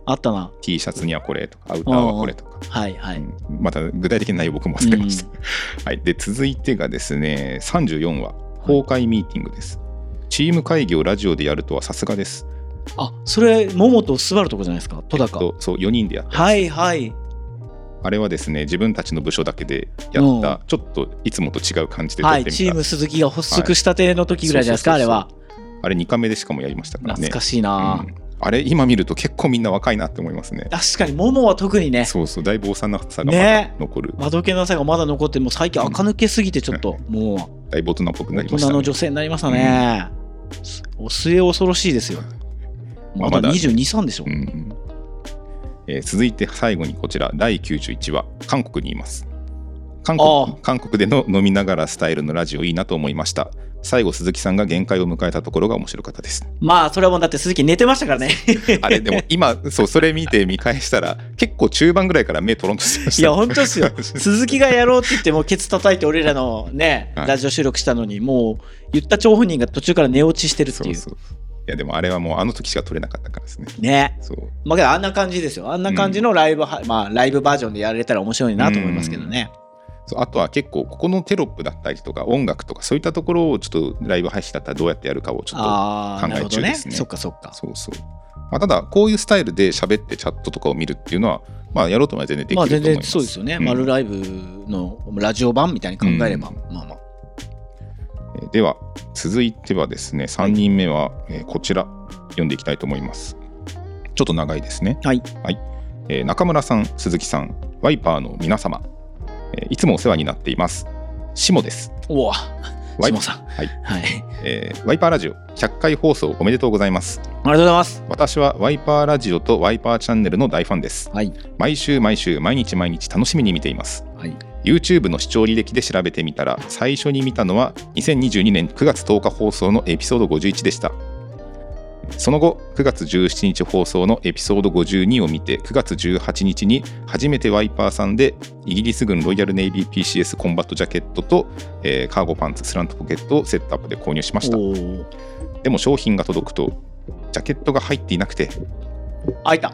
あったな。 T シャツにはこれとかアウターはこれとか、 はいはい、うん、 また具体的な内容僕も忘れました、うんはい、で続いてがですねさんじゅうよんわ公開ミーティングです、はい、チーム会議をラジオでやるとはさすがです。 あ、それ桃とスバルとこじゃないですか、戸高、 えっと、そうよにんでやったはいはい。 あれはですね自分たちの部署だけでやった、うん、ちょっといつもと違う感じで撮ってみた、はい、 チーム鈴木が発足したての時ぐらいじゃないですか、はい、そうそうそうそう、 あれはあれにかめでしかもやりましたからね。 懐かしいな、うん、 あれ今見ると結構みんな若いなって思いますね。 確かに桃は特にね、 そうそう、だいぶ幼さがまだ残る、 ね、窓気のさがまだ残って、もう最近垢抜けすぎてちょっと、うん、もうだいぶ大人っぽくなりましたね。 大人の女性になりましたね、うん、お末恐ろしいですよ。まだにじゅうに、さんでしょ、うん、 えー、続いて最後にこちらだいきゅうじゅういちわ韓国にいます。韓国、韓国での飲みながらスタイルのラジオいいなと思いました。最後鈴木さんが限界を迎えたところが面白かったです。 まあそれはもうだって鈴木寝てましたからねあれでも今そうそれ見て見返したら結構中盤ぐらいから目トロンとしてました。 いや本当ですよ鈴木がやろうって言ってもケツ叩いて俺らのね、はい、ラジオ収録したのにもう言った張本人が途中から寝落ちしてるっていう。そうそう、 いやでもあれはもうあの時しか撮れなかったからですね。 ね。 そう。 まあけどあんな感じですよ。あんな感じのライブ、うん、まあライブバージョンでやれたら面白いなと思いますけどね。 そう、あとは結構ここのテロップだったりとか音楽とかそういったところをちょっとライブ配信だったらどうやってやるかをちょっと考え中ですね。 ね、そっかそっか。 そうそう。まあ、ただこういうスタイルで喋ってチャットとかを見るっていうのはまあやろうと思えば全然できると思います。まあ全然そうですよね。うん、丸ライブのラジオ版みたいに考えれば、うん、まあまあ。 では続いてはですねさんにんめは、えー、こちら読んでいきたいと思います。ちょっと長いですね。 はい、 はい、えー、中村さん、鈴木さん、ワイパーの皆様、えー、いつもお世話になっています。シモです。 おわ、シモさん、 はいはい、えー、ワイパーラジオひゃっかい放送おめでとうございます。 ありがとうございます。 私はワイパーラジオとワイパーチャンネルの大ファンです。はい、毎週毎週毎日毎日楽しみに見ています。はい、YouTube の視聴履歴で調べてみたら最初に見たのはにせんにじゅうにねんくがつとおか放送のエピソードごじゅういちでした。その後くがつじゅうしちにち放送のエピソードごじゅうにを見てくがつじゅうはちにちに初めてワイパーさんでイギリス軍ロイヤルネイビー ピーシーエス コンバットジャケットと、えー、カーゴパンツスラントポケットをセットアップで購入しました。でも商品が届くとジャケットが入っていなくて開いた、はい、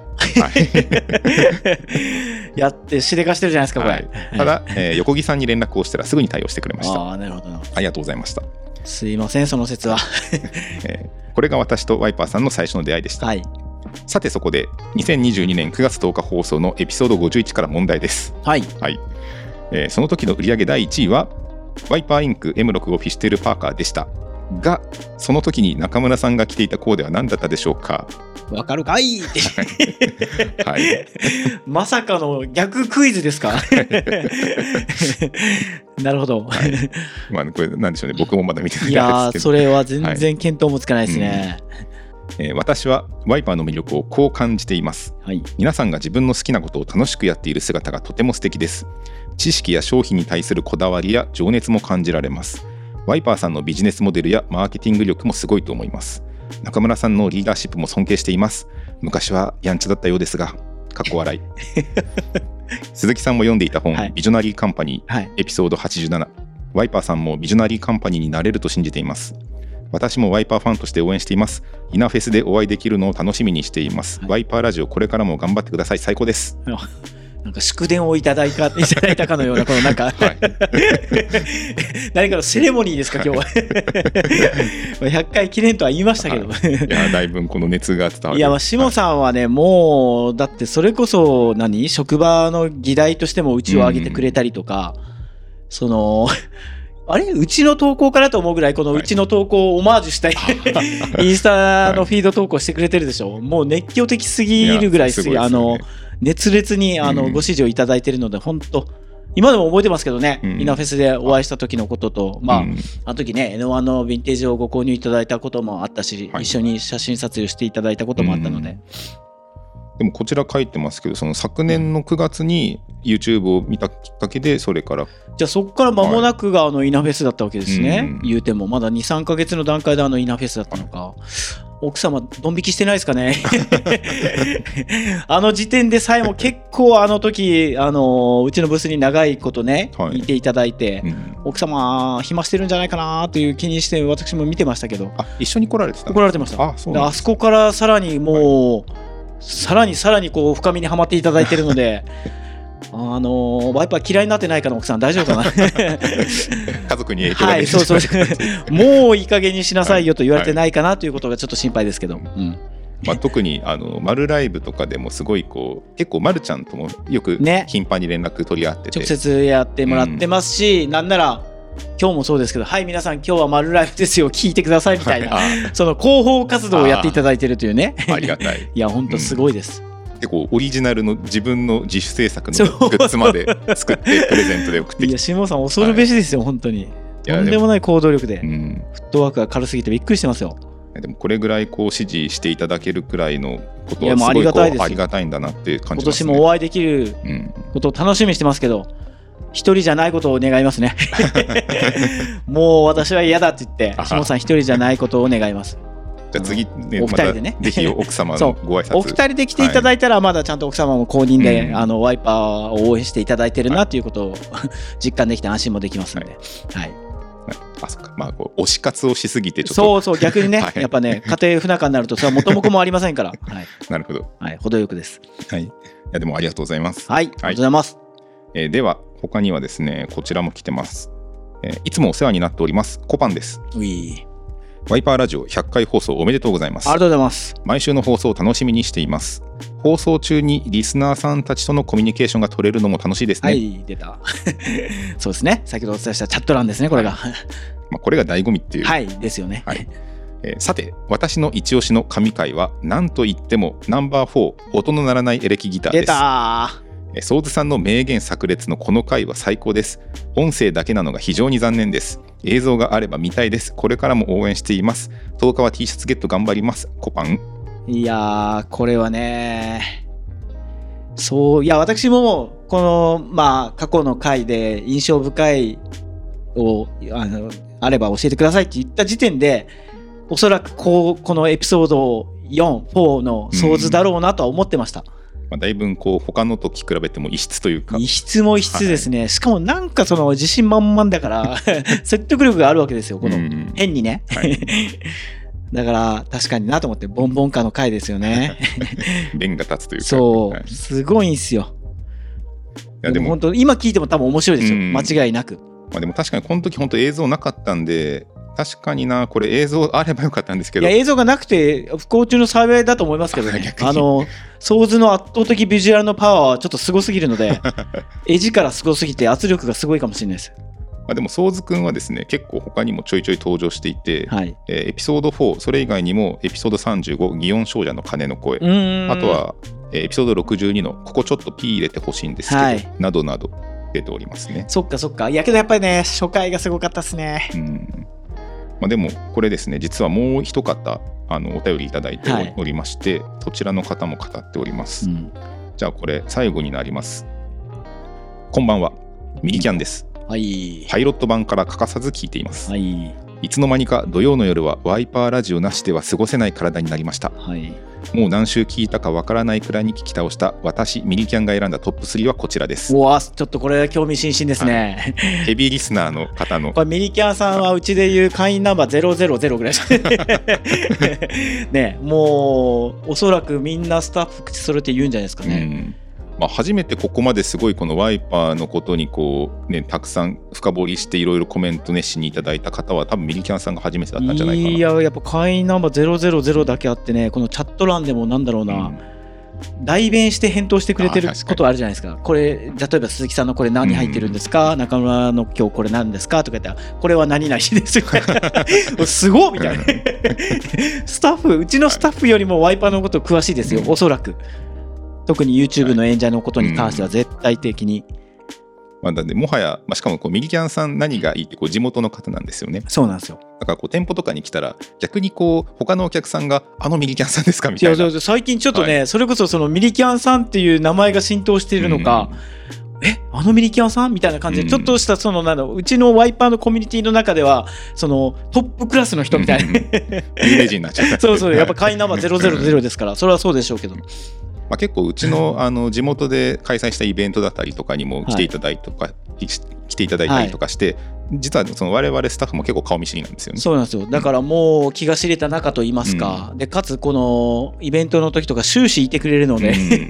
やってしでかしてるじゃないですかこれ、はい、 ただ、えー、横木さんに連絡をしたらすぐに対応してくれました。 あ、なるほど、 ありがとうございました。 すいませんその説は、 えー、これが私とワイパーさんの最初の出会いでした。はい、さてそこでにせんにじゅうにねんくがつとおか放送のエピソードごじゅういちから問題です。 はい、 はい、えー、その時の売上だいいちいはワイパーインク エムろくご フィッシュテールパーカーでしたが、その時に中村さんが着ていたコーデは何だったでしょうか。 わかるかいはい、まさかの逆クイズですかなるほど、はい、 まあこれなんでしょうね、僕もまだ見てないですけど、 いやそれは全然見当もつかないですね。 はい、うん、えー、私はワイパーの魅力をこう感じています。はい、皆さんが自分の好きなことを楽しくやっている姿がとても素敵です。知識や商品に対するこだわりや情熱も感じられます。ワイパーさんのビジネスモデルやマーケティング力もすごいと思います。中村さんのリーダーシップも尊敬しています。昔はやんちゃだったようですが、かっこ笑い鈴木さんも読んでいた本、はい、ビジョナリーカンパニー、はい、エピソードはちじゅうなな、ワイパーさんもビジョナリーカンパニーになれると信じています。私もワイパーファンとして応援しています。イナフェスでお会いできるのを楽しみにしています。はい、ワイパーラジオこれからも頑張ってください。最高です。 なんか祝電をいただいた、いただいたかのようなこのなんか、はい、何かのセレモニーですか今日はひゃっかい記念とは言いましたけど、はい、いやだいぶこの熱が伝わる。 いや下さんはね、はい、もうだってそれこそ何職場の議題としてもうちを挙げてくれたりとか、うん、そのあれうちの投稿からと思うぐらいこのうちの投稿をオマージュしたい、はい、インスタのフィード投稿してくれてるでしょ、はい、もう熱狂的すぎるぐらいすごいですよね。あの熱烈にあのご支持をいただいているので、本当今でも覚えてますけどね、うん、イナフェスでお会いした時のことと、まあ、うん、あの時ね エヌワン のヴィンテージをご購入いただいたこともあったし、はい、一緒に写真撮影していただいたこともあったので、うん、 でもこちら書いてますけど、その昨年のくがつに YouTube を見たきっかけでそれから、 じゃあそこから間もなくがあのイナフェスだったわけですね、はい、言うてもまだ にさんかげつの段階であのイナフェスだったのか。奥様ドン引きしてないですかねあの時点でさえも結構あの時あのうちのブースに長いことね、はい、いていただいて、うん、奥様暇してるんじゃないかなという気にして私も見てましたけど。 あ、一緒に来られてた。 来られてました。 あ, そうなんです。あそこからさらにもう、はい、 さらにさらにこう深みにはまっていただいてるのであのー、ワイパー嫌いになってないかな奥さん大丈夫かな家族に影響が出て、はい、 そうそうもういい加減にしなさいよと言われてないかなということがちょっと心配ですけど、うんまあ、特にあのマルライブとかでもすごいこう結構マルちゃんともよく頻繁に連絡取り合ってて、 ね、直接やってもらってますし、うん、なんなら今日もそうですけど、はい皆さん今日はマルライブですよ聞いてくださいみたいなその広報活動をやっていただいてるというねあ, ありがたいいや本当すごいです、 うん、結構オリジナルの自分の自主制作のグッズまで作ってプレゼントで送ってきて、いや下尾さん恐るべしですよ、はい、本当にとんでもない行動力で、うん、フットワークが軽すぎてびっくりしてますよ。 でもこれぐらいこう支持していただけるくらいのことはすごいこうありがたいんだなって感じますね。 今年もお会いできることを楽しみにしてますけど、一人じゃないことを願いますねもう私は嫌だって言って下さん一人じゃないことを願います。 じゃあ次、ね、 お二人でね、 ま、ぜひ奥様のご挨拶お二人で来ていただいたらまだちゃんと奥様も公認で、うん、あのワイパーを応援していただいてるなということを、はい、実感できて安心もできますので、はい、はい、 あそっか、まあ、こう推し活をしすぎてちょっとそうそう逆にね、はい、やっぱね家庭不仲になるとそれは元も子もありませんから、はい、 なるほど、 はい、程よくです。 はい、いやでもありがとうございます。 はい、ありがとうございます。 えー、では他にはですねこちらも来てます。えー、いつもお世話になっておりますコパンです。 ういワイパーラジオひゃっかい放送おめでとうございます。 ありがとうございます。 毎週の放送を楽しみにしています。放送中にリスナーさんたちとのコミュニケーションが取れるのも楽しいですね。 はい出たそうですね、先ほどお伝えしたチャット欄ですねこれが、はいまあ、これが醍醐味っていうはいですよね、はいえー、さて私の一押しの神回は何といってもナンバーフォー音の鳴らないエレキギターです。 出たーソーズさんの名言炸裂のこの回は最高です。音声だけなのが非常に残念です。映像があれば見たいです。これからも応援しています。とおかは T シャツゲット頑張りますコパン。 いやーこれはねそういや私もこのまあ過去の回で印象深いを あのあれば教えてくださいって言った時点でおそらくこうこのエピソードよん、よんのソーズだろうなとは思ってました。 まあ、だいぶこう他のと比べても異質というか異質も異質ですね、はい、しかもなんかその自信満々だから説得力があるわけですよこの変にね、はい、だから確かになと思ってボンボンカの回ですよね弁が立つというかそう、 はい、 すごいんすよ。いやでも本当今聞いても多分面白いですよ間違いなく。 まあ、でも確かにこの時本当映像なかったんで確かになこれ映像あればよかったんですけど、 いや映像がなくて不幸中の幸いだと思いますけどねあのソーズの圧倒的ビジュアルのパワーはちょっとすごすぎるので絵力すごすぎて圧力がすごいかもしれないです。 まあ、でもソーズくんはですね結構他にもちょいちょい登場していて、 はい、 えー、エピソードフォーそれ以外にもエピソードさんじゅうご祇園少女の鐘の声、あとは、えー、エピソードろくじゅうにのここちょっと P 入れてほしいんですけど、はい、などなど出ておりますね。 そっかそっか。いやけどやっぱりね初回がすごかったですね。 うん、まあ、でもこれですね実はもう一方あのお便りいただいておりまして、はい、そちらの方も語っております、うん、じゃあこれ最後になります。こんばんはミリキャンです、 はい、 パイロット版から欠かさず聞いています、 はい、 いつの間にか土曜の夜はワイパーラジオなしでは過ごせない体になりました、 はい、 もう何週聞いたかわからないくらいに聞き倒した私ミリキャンが選んだトップスリーはこちらです。 うわちょっとこれ興味津々ですね、 はい、ヘビーリスナーの方のこれミリキャンさんはうちでいう会員ナンバーゼロゼロゼロぐらいね、もうおそらくみんなスタッフ口揃えて言うんじゃないですかね、うん、 まあ、初めてここまですごいこのワイパーのことにこう、ね、たくさん深掘りしていろいろコメント熱心にいただいた方は多分ミリキャンさんが初めてだったんじゃないかな。 いややっぱ会員ナンバーゼロゼロゼロだけあってねこのチャット欄でもなんだろうな、うん、代弁して返答してくれてることあるじゃないですか。これ例えば鈴木さんのこれ何入ってるんですか、うん、中村の今日これ何ですかとか言ったらこれは何々ですよすごいみたいなスタッフうちのスタッフよりもワイパーのこと詳しいですよ、うん、おそらく特に YouTube の演者のことに関しては絶対的に、はい、 まあ、だってもはや、まあ、しかもこうミリキャンさん何がいいってこう地元の方なんですよね。 そうなんですよ。 だからこう店舗とかに来たら逆にこう他のお客さんがあのミリキャンさんですかみたいな。いや最近ちょっとね、はい、それこそそのミリキャンさんっていう名前が浸透しているのか、うん、えあのミリキャンさんみたいな感じでちょっとしたそのなんだうちのワイパーのコミュニティの中ではそのトップクラスの人みたいな有名人になっちゃったそうそうやっぱ会員ナンバーゼロゼロゼロですからそれはそうでしょうけどまあ、結構うちの、あの地元で開催したイベントだったりとかにも来ていただいたりとか、はい、来ていただいたりとかして、はい、実はその我々スタッフも結構顔見知りなんですよね。 そうなんですよ。だからもう気が知れた仲といいますか、うん、でかつこのイベントの時とか終始いてくれるので、うん、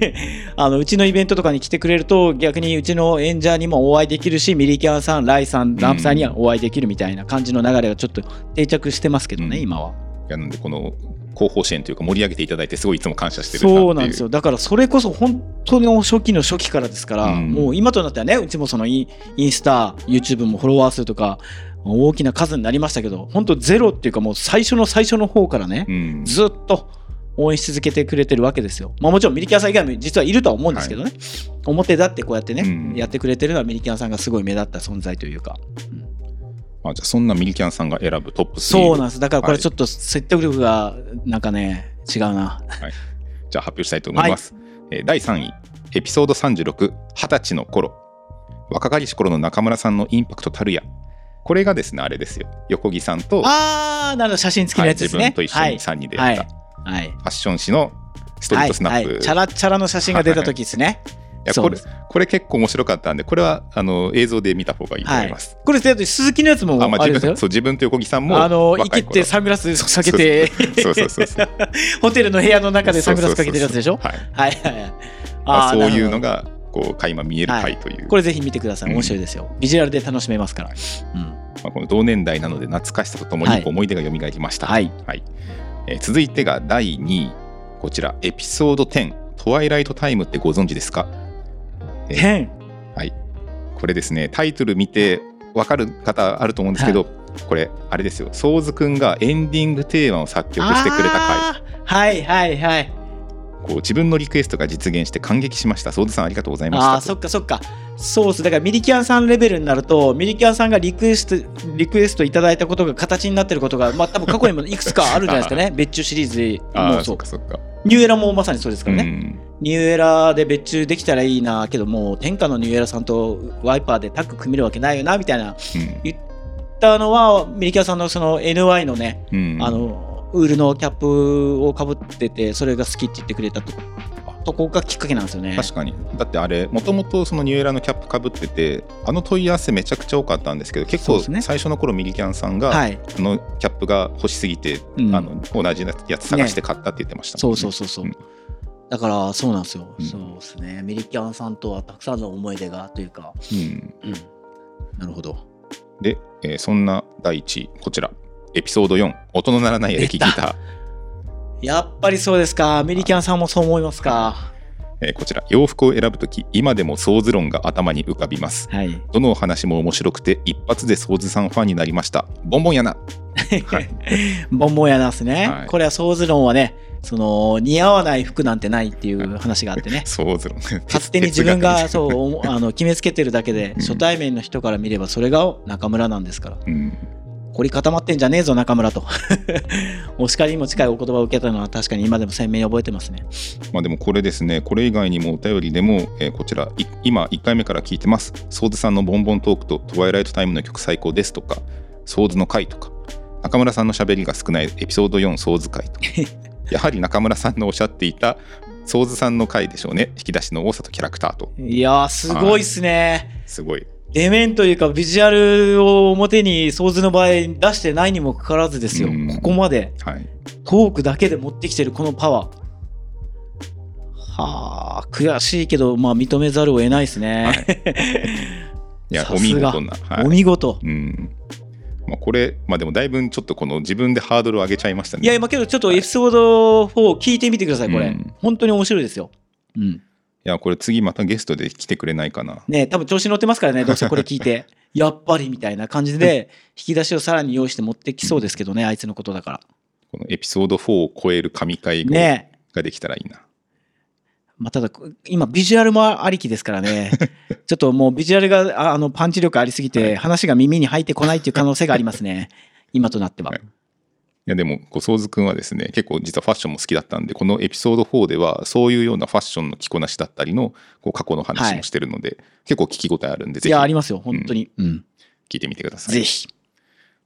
あのうちのイベントとかに来てくれると逆にうちの演者にもお会いできるし、ミリキャンさん、ライさん、ランプさんにはお会いできるみたいな感じの流れがちょっと定着してますけどね、うん、今は。 いや、なんでこの広報支援というか盛り上げていただいてすごいいつも感謝してるなっていう。 そうなんですよ。だからそれこそ本当の初期の初期からですから、うん、もう今となってはね、うちもそのイン、インスタ YouTube もフォロワー数とか大きな数になりましたけど、本当ゼロっていうかもう最初の最初の方からね、うん、ずっと応援し続けてくれてるわけですよ。まあ、もちろんミリキャンさん以外も実はいるとは思うんですけどね、はい、表立ってこうやってね、うん、やってくれてるのはミリキャンさんがすごい目立った存在というか、うん、 あ、じゃあそんなミリキャンさんが選ぶトップスリー。そうなんです。だからこれちょっと説得力がなんかね、違うな、 はい、じゃあ発表したいと思います、はい。えー、だいさんいエピソードさんじゅうろく、はたちの頃、若かりし頃の中村さんのインパクトたるや。これがですね、あれですよ、横木さんと、 あー、なるほど、写真付きのやつですね、 はい、自分と一緒にさんにんでやった、はいはい、ファッション誌のストリートスナップ、はいはい、 チャラチャラの写真が出た時ですね、はいはい、 いや、これ、これ結構面白かったんで、これはあの映像で見た方がいいと思います、 はい、これ鈴木のやつもあ、まあ、 自分、そう、自分と横木さんもあの生きてサングラスかけてホテルの部屋の中でサングラスかけてるやつでしょ。はいはいはい、 あ、そういうのがこう垣間見える回という、はい、 これぜひ見てください。面白いですよ、うん、ビジュアルで楽しめますから、うん、 まあ、この同年代なので懐かしさとともに思い出が蘇りました、はいはい、えー、続いてがだいにい、こちらエピソードじゅう、トワイライトタイムってご存知ですか。 えー、じゅう、 はい、これですね、タイトル見て分かる方あると思うんですけど、はい、これあれですよ、ソーズくんがエンディングテーマを作曲してくれた回。はいはいはい、 こう自分のリクエストが実現して感激しました。ソーズさんありがとうございました。 あ、そっかそっか、そうっす。だからミリキャンさんレベルになると、ミリキャンさんがリクエストリクエストいただいたことが形になってることが、まあ多分過去にもいくつかあるんじゃないですかね別注シリーズでも。そうかそうか、ニューエラもまさにそうですからね、うん、ニューエラで別注できたらいいな、けどもう天下のニューエラさんとワイパーでタッグ組めるわけないよなみたいな、うん、言ったのはミリキャンさんのその エヌワイ のね、うん、あのウールのキャップをかぶってて、それが好きって言ってくれたととこがきっかけなんですよね。 確かに。だってあれもともとそのニューエラのキャップかぶってて、あの問い合わせめちゃくちゃ多かったんですけど、結構最初の頃ミリキャンさんが、はい、あのキャップが欲しすぎて、うん、あの同じやつ探して買ったって言ってましたもんね。 ね、そうそうそうそう、うん、だからそうなんですよ、うん、そうですね、ミリキャンさんとはたくさんの思い出がというか、うんうん、なるほど。 で、えー、そんなだいいちい、こちらエピソードよん、音の鳴らないエレキギター。 やっぱりそうですか。ミリキャンさんもそう思いますか。 えー、こちら洋服を選ぶとき、今でもソーズ論が頭に浮かびます、はい、どのお話も面白くて一発でソーズさんファンになりました。ボンボンやな、 はい、ボンボンやなですね、はい、これはソーズ論はね、その似合わない服なんてないっていう話があってね、 ソーズ論勝手に自分がそうあの決めつけてるだけで、うん、初対面の人から見ればそれが中村なんですから、うん、凝り固まってんじゃねえぞ中村とお叱りにも近いお言葉を受けたのは確かに今でも鮮明に覚えてますね。 まあでもこれですね、これ以外にもお便りでも、えー、こちら今いっかいめから聞いてます、ソーズさんのボンボントークとトワイライトタイムの曲最高ですとか、ソーズの回とか、中村さんの喋りが少ないエピソードよんソーズ回とかやはり中村さんのおっしゃっていたソーズさんの回でしょうね、引き出しの多さとキャラクターと。 いやーすごいっすね。 すごいデメンというかビジュアルを表にソーズの場合出してないにもかかわらずですよ、ここまで、はい、トークだけで持ってきてるこのパワー、はあ、悔しいけど、まあ、認めざるを得ないですね、はい、 いやお見事な、 はい、お見事、うん、 まあ、これ、まあ、でもだいぶちょっとこの自分でハードルを上げちゃいましたね。 いや今けどちょっとエピソードフォー聞いてみてください、これ、うん、本当に面白いですよ、うん、 いやこれ次またゲストで来てくれないかな。 ね、多分調子乗ってますからね、どうせこれ聞いてやっぱりみたいな感じで引き出しをさらに用意して持ってきそうですけどね、あいつのことだから。 このエピソードフォーを超える神回語ができたらいいな、ね。 まあ、ただ今ビジュアルもありきですからねちょっともうビジュアルがあのパンチ力ありすぎて話が耳に入ってこないっていう可能性がありますね今となっては。はい、いやでもソーズくんはですね、結構実はファッションも好きだったんで、このエピソードフォーではそういうようなファッションの着こなしだったりのこう過去の話もしてるので、はい、結構聞き応えあるんで、ぜひ。 いやありますよ本当に、うんうん、 聞いてみてください。 ぜひ。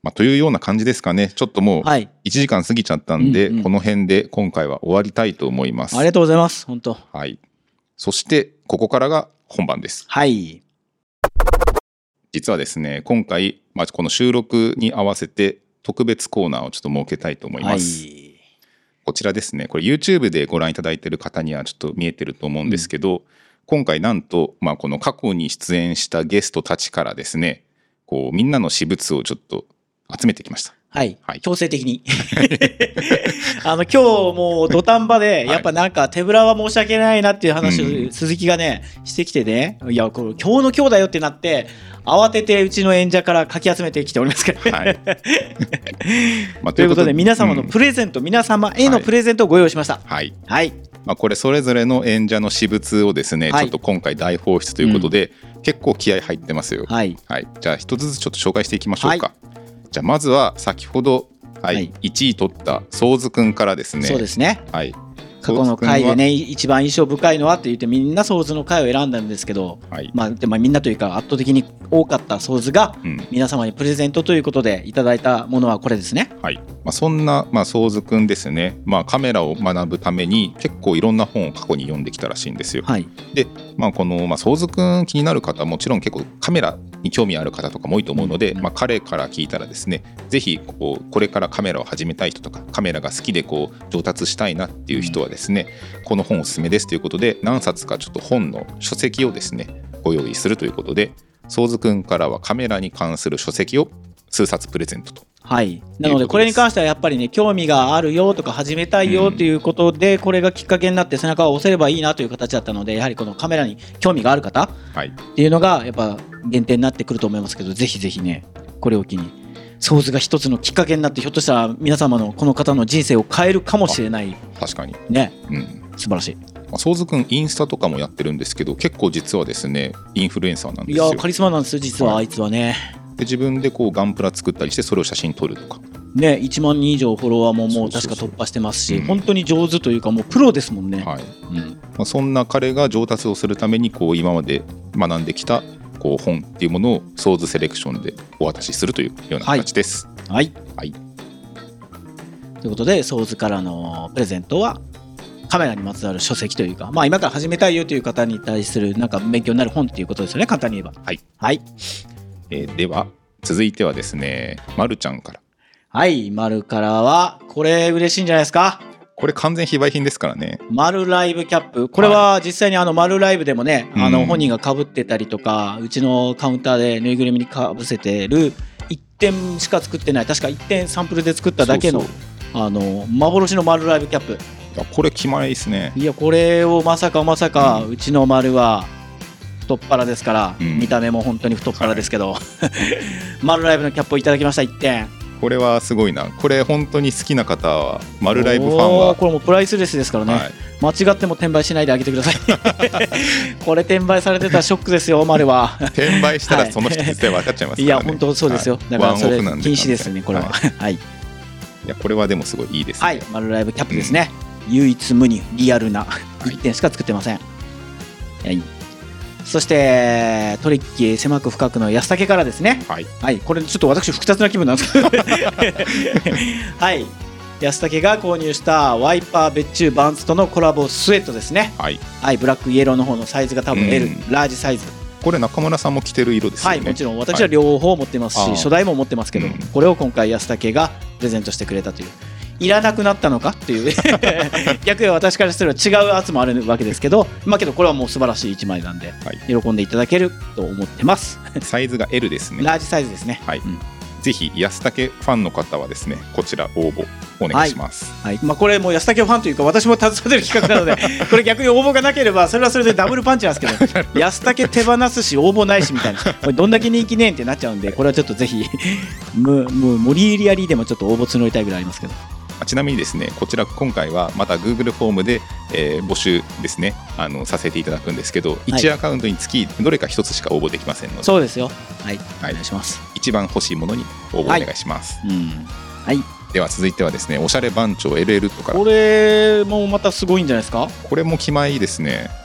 まあ、というような感じですかね。ちょっともういちじかん過ぎちゃったんで、はい、うんうん、この辺で今回は終わりたいと思います。 ありがとうございます。本当。 はい。そしてここからが本番です。 はい。 実はですね、今回、まあ、この収録に合わせて特別コーナーをちょっと設けたいと思います。はい、こちらですね。これ YouTube でご覧いただいている方にはちょっと見えてると思うんですけど、うん、今回なんと、まあ、この過去に出演したゲストたちからですね、こうみんなの私物をちょっと集めてきました。 はい、はい、強制的にあの今日もう土壇場でやっぱなんか手ぶらは申し訳ないなっていう話を鈴木がねしてきてね、いやこれ今日の今日だよってなって慌ててうちの演者からかき集めてきておりますから、はいまあ、ということで皆様のプレゼント、うん、皆様へのプレゼントをご用意しました。 はい、 はいまあ、これそれぞれの演者の私物をですね、はい、ちょっと今回大放出ということで、うん、結構気合入ってますよ。 はい、 はい、じゃあ一つずつちょっと紹介していきましょうか。はい、じゃあまずは先ほど、はいはい、いちい取ったソーズくんからですね。 そうですね、 はい、 過去の回でね一番印象深いのはって言ってみんなソーズの回を選んだんですけど、はいまあ、でもみんなというか圧倒的に多かったソーズが皆様にプレゼントということでいただいたものはこれですね。 はいまあ、そんな、まあ、ソーズくんですね、まあ、カメラを学ぶために結構いろんな本を過去に読んできたらしいんですよ。 はい、 で、まあ、この、まあ、ソーズくん気になる方もちろん結構カメラに興味ある方とかも多いと思うので、うんまあ、彼から聞いたらですね、ぜひこうこれからカメラを始めたい人とかカメラが好きでこう上達したいなっていう人はですね、うん、この本おすすめですということで何冊かちょっと本の書籍をですねご用意するということで、ソーズくんからはカメラに関する書籍を数冊プレゼントと。 はい、なのでこれに関してはやっぱりね興味があるよとか始めたいよということで、これがきっかけになって背中を押せればいいなという形だったので、やはりこのカメラに興味がある方っていうのがやっぱ限定になってくると思いますけど、ぜひぜひねこれを機にソーズが一つのきっかけになってひょっとしたら皆様のこの方の人生を変えるかもしれない。 確かにね、 うん、 素晴らしい。 ソーズくんインスタとかもやってるんですけど、結構実はですねインフルエンサーなんですよ。 いやカリスマなんですよ実は、はい、あいつはね。 で自分でこうガンプラ作ったりしてそれを写真撮るとかね、いちまんにん以上フォロワーももう確か突破してますし、そうそうそう、うん、本当に上手というかもうプロですもんね。 はいうんまあ、そんな彼が上達をするためにこう今まで学んできたこう本っていうものをソーズセレクションでお渡しするというような形です。 はい、 はい、 ということでソーズからのプレゼントはカメラにまつわる書籍というか、まあ、今から始めたいよという方に対するなんか勉強になる本っていうことですよね、簡単に言えば。 はい、 はいえー、では続いてはですね、まるちゃんから。 はい、まるからはこれ嬉しいんじゃないですか。 これ完全非売品ですからね。 マルライブキャップ、これは実際にあのマルライブでもね、はい、あの本人が被ってたりとか、うちのカウンターでぬいぐるみにかぶせてるいってんしか作ってない、確かいってんサンプルで作っただけの、そうそうあの幻のマルライブキャップ。 いやこれ決まりですね。 いやこれをまさかまさか、うん、うちのマルは太っ腹ですから、うん、見た目も本当に太っ腹ですけど、はい、マルライブのキャップをいただきました。いってん。 これはすごいな。これ本当に好きな方はマルライブファンはこれもプライスレスですからね、はい、間違っても転売しないであげてくださいこれ転売されてたらショックですよ。マルは転売したらその人実際分かっちゃいますからね。いや本当そうですよ、はい、だからそれ禁止ですねこれは。はい、はい、いやこれはでもすごいいいですね。 はい、マルライブキャップですね、うん、唯一無二リアルないってんしか作ってません。はい、そしてトリッキー狭く深くの安武からですね。はい、はい、これちょっと私複雑な気分なんですけどはい、安武が購入したワイパー別注バンズとのコラボスウェットですね。はい、はい、ブラックイエローの方のサイズが多分 L、うん、ラージサイズ。これ中村さんも着てる色ですよね。 はい、もちろん私は両方持ってますし、はい、初代も持ってますけど、うん、これを今回安武がプレゼントしてくれたという。いらなくなったのかっていう逆に私からすれば違う圧もあるわけですけど、まあけどこれはもう素晴らしいいちまいなんで、はい、喜んでいただけると思ってますサイズが L ですね。 ラージサイズですね。 はい、うん、ぜひ安武ファンの方はですねこちら応募お願いします。 はい、はい、まあ、これも安武ファンというか私も携わってる企画なのでこれ逆に応募がなければそれはそれでダブルパンチなんですけど安武手放すし応募ないしみたいな、これどんだけ人気ねんってなっちゃうんで、これはちょっとぜひ無理やりでもちょっと応募募りたいぐらいありますけど。 ちなみにですねこちら今回はまた Google フォームで、えー、募集ですねあのさせていただくんですけど、はい、いちアカウントにつきどれかひとつしか応募できませんので。 そうですよ。はい、はい、お願いします。 一番欲しいものに応募お願いします。 はい、うんはい、 では続いてはですねおしゃれ番長 エルエル とか。 これもまたすごいんじゃないですか。 これも気前いいですね。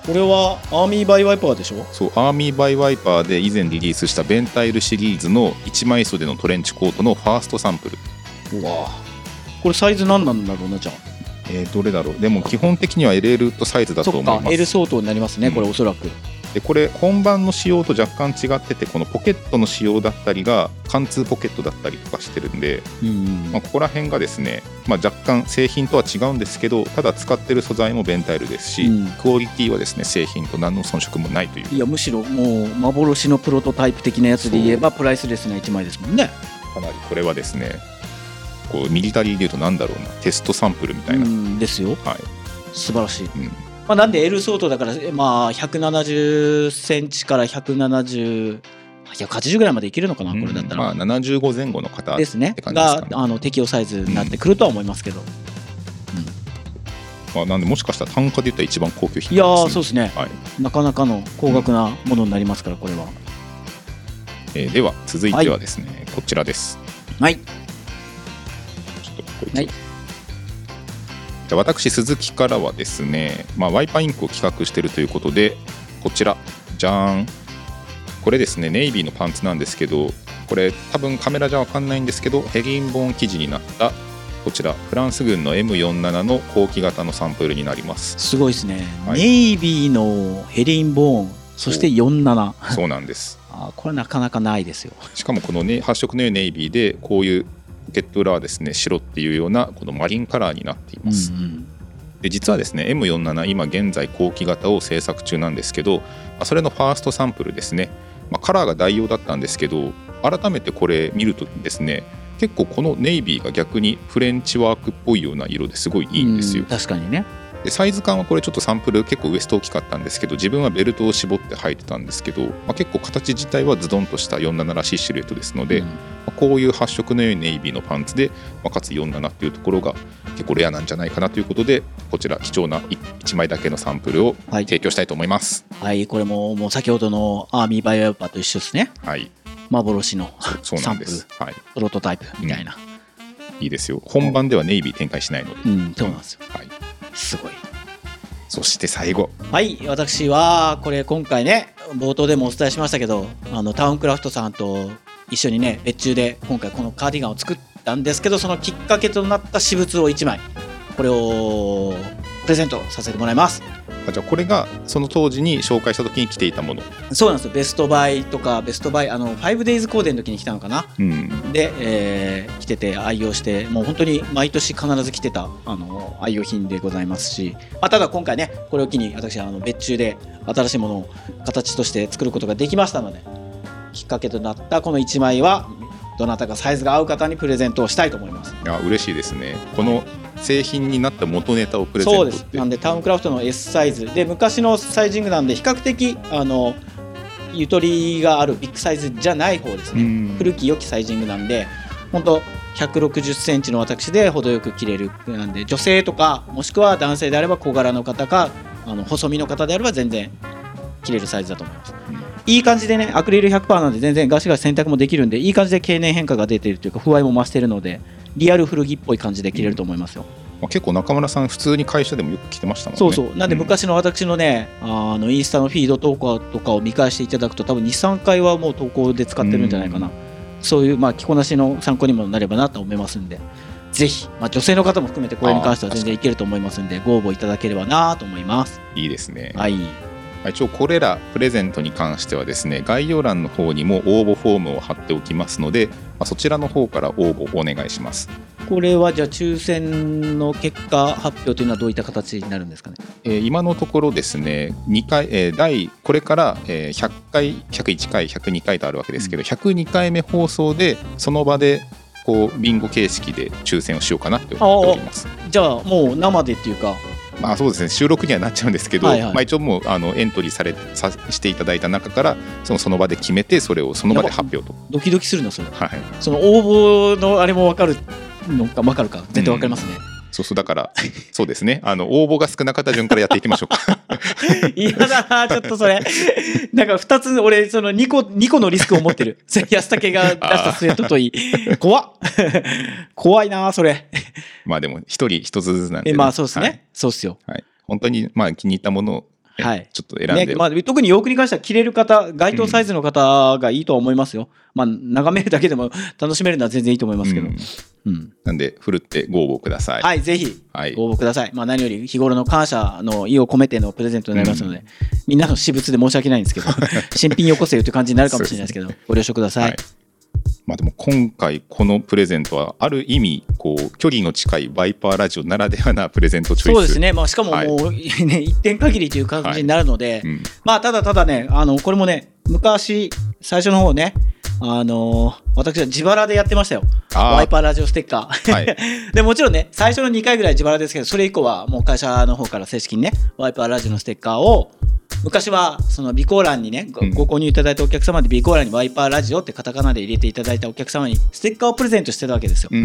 これはアーミーバイワイパーでしょ。 そう、アーミーバイワイパーで以前リリースしたベンタイルシリーズの一枚袖のトレンチコートのファーストサンプル。 うわ、これサイズ何なんだろうな。じゃあえー、どれだろう。でも基本的には エルエル とサイズだと思います。 そっか L 相当になりますね、うん、これおそらく。 でこれ本番の仕様と若干違ってて、このポケットの仕様だったりが貫通ポケットだったりとかしてるんで、うんまあ、ここら辺がですね、まあ、若干製品とは違うんですけど、ただ使ってる素材もベンタイルですし、うん、クオリティはですね製品と何の遜色もないという。 いやむしろもう幻のプロトタイプ的なやつで言えばプライスレスないちまいですもんね。 かなりこれはですね、こうミリタリーでいうとなんだろうな、テストサンプルみたいな、うん、 ですよ、 はい、 素晴らしい、うんまあ、なんで L 相当だから、まあ、ひゃくななじゅっセンチからひゃくななじゅう、ひゃくはちじゅうぐらいまでいけるのかな、これだったら、 うんまあ、ななじゅうごぜん後の方ですねがあの適用サイズになってくるとは思いますけど、うんまあ、なんでもしかしたら単価で言ったら一番高級品ですね。 いやーそうですね、はい、なかなかの高額なものになりますからこれは、 えー、では続いてはですね、はい、こちらです。 はいちょっとこいつ、はいじゃあ私鈴木からはですね、まあ、ワイパーインクを企画しているということで、こちらじゃーん、これですねネイビーのパンツなんですけど、これ多分カメラじゃ分かんないんですけどヘリンボーン生地になったこちらフランス軍の エムよんじゅうなな の後期型のサンプルになります。 すごいですね、はい、ネイビーのヘリンボーン、そしてよんじゅうなな。 そうなんです。 あこれなかなかないですよ。 しかもこの、ね、発色の良いネイビーでこういうポケット裏はですね白っていうようなこのマリンカラーになっています、うんうん、で実はですね エムよんじゅうなな 今現在後期型を製作中なんですけど、それのファーストサンプルですね、まあ、カラーが代用だったんですけど、改めてこれ見るとですね結構このネイビーが逆にフレンチワークっぽいような色ですごいいいんですよ。 うん確かにね。 でサイズ感はこれちょっとサンプル結構ウエスト大きかったんですけど、自分はベルトを絞って履いてたんですけど、まあ、結構形自体はズドンとしたよんじゅうなならしいシルエットですので、うんまあ、こういう発色の良いネイビーのパンツで、まあ、かつよんじゅうななっていうところが結構レアなんじゃないかなということで、こちら貴重ないちまいだけのサンプルを提供したいと思います。 はい、はい、これももう先ほどのアーミーバイオワイパーと一緒ですね。 はい、 幻のそうなんです、はい、 プロトタイプみたいな、 うん、いいですよ。本番ではネイビー展開しないので、 うん、そうなんですよ、 はい、 すごい。 そして最後、 はい私はこれ今回ね冒頭でもお伝えしましたけど、あのタウンクラフトさんと一緒にね別注で今回このカーディガンを作ったんですけど、そのきっかけとなった私物をいちまいこれをプレゼントさせてもらいます。 あじゃあこれがその当時に紹介した時に着ていたもの。 そうなんですよ。ベストバイとかベストバイあの ファイブデイズ コーデの時に着たのかな、うん、で、えー、着てて愛用してもう本当に毎年必ず着てたあの愛用品でございますし、まあ、ただ今回ねこれを機に私はあの別注で新しいものを形として作ることができましたので、きっかけとなったこのいちまいはどなたかサイズが合う方にプレゼントをしたいと思います。 いや嬉しいですね。この製品になった元ネタをプレゼントって。 そうです。なんでタウンクラフトの S サイズで昔のサイジングなんで比較的あのゆとりがあるビッグサイズじゃない方ですね。古き良きサイジングなんで本当ひゃくろくじゅっセンチの私で程よく着れるなんで、女性とかもしくは男性であれば小柄の方かあの細身の方であれば全然着れるサイズだと思います。いい感じでねアクリル ひゃくパーセント なんで全然ガシガシ洗濯もできるんで、いい感じで経年変化が出ているというか風合いも増しているのでリアル古着っぽい感じで着れると思いますよ。 まあ、結構中村さん普通に会社でもよく着てましたもんね。 そうそうなんで昔の私のね、うん、あのインスタのフィード投稿とかを見返していただくと多分 にさんかいはもう投稿で使ってるんじゃないかな、うん、そういうまあ着こなしの参考にもなればなと思いますんで、ぜひ、まあ、女性の方も含めてこれに関しては全然いけると思いますんでご応募いただければなと思います。 いいですね。 はい、 一応これらプレゼントに関してはですね概要欄の方にも応募フォームを貼っておきますので、まあ、そちらの方から応募お願いします。 これはじゃあ抽選の結果発表というのはどういった形になるんですかね。 えー、今のところですねにかい、えー、第これからひゃっかいひゃくいっかいひゃくにかいとあるわけですけど、うん、ひゃくにかいめ放送でその場でこうビンゴ形式で抽選をしようかなと思っております。 じゃあもう生でっていうかまあそうですね収録にはなっちゃうんですけど、はいはい、まあ、一応もうあのエントリーされさしていただいた中からそのその場で決めてそれをその場で発表と。 ドキドキするのそれ、 はい、その応募のあれも分かるのか分かるか絶対分かりますね、うん、 そうそうだからそうですねあの応募が少なかった順からやっていきましょうか。 嫌だなちょっとそれなんかふたつ俺その2個2個のリスクを持ってる安武が出したスウェットといい怖っ怖いなそれ。 まあでも一人一つずつなんで、ね、 えまあそうですね、 はい、 そうっすよ、 はい、本当にまあ気に入ったものをはい、 ちょっと選んで、 ね、まあ、特に洋服に関しては着れる方、該当サイズの方がいいとは思いますよ。うん、まあ、眺めるだけでも楽しめるのは全然いいと思いますけど。うんうん、なんで、ふるってご応募ください。 はい、ぜひご応募ください。はい、まあ、何より日頃の感謝の意を込めてのプレゼントになりますので、うん、みんなの私物で申し訳ないんですけど、新品よこせよという感じになるかもしれないですけど、ご了承ください。はい、 まあ、でも今回このプレゼントはある意味こう距離の近いワイパーラジオならではなプレゼントチョイス。 そうですね、まあ、しかももう、はい、ね、一点限りという感じになるので、はい、うん、まあ、ただただね、あのこれもね、昔最初の方ね、あのー、私は自腹でやってましたよ、ワイパーラジオステッカー、はい、でもちろんね、最初のにかいぐらい自腹ですけど、それ以降はもう会社の方から正式にね、ワイパーラジオのステッカーを、昔はその備考欄にね、 ご,、うん、ご購入いただいたお客様で備考欄にワイパーラジオってカタカナで入れていただいたお客様にステッカーをプレゼントしてたわけですよ。うん、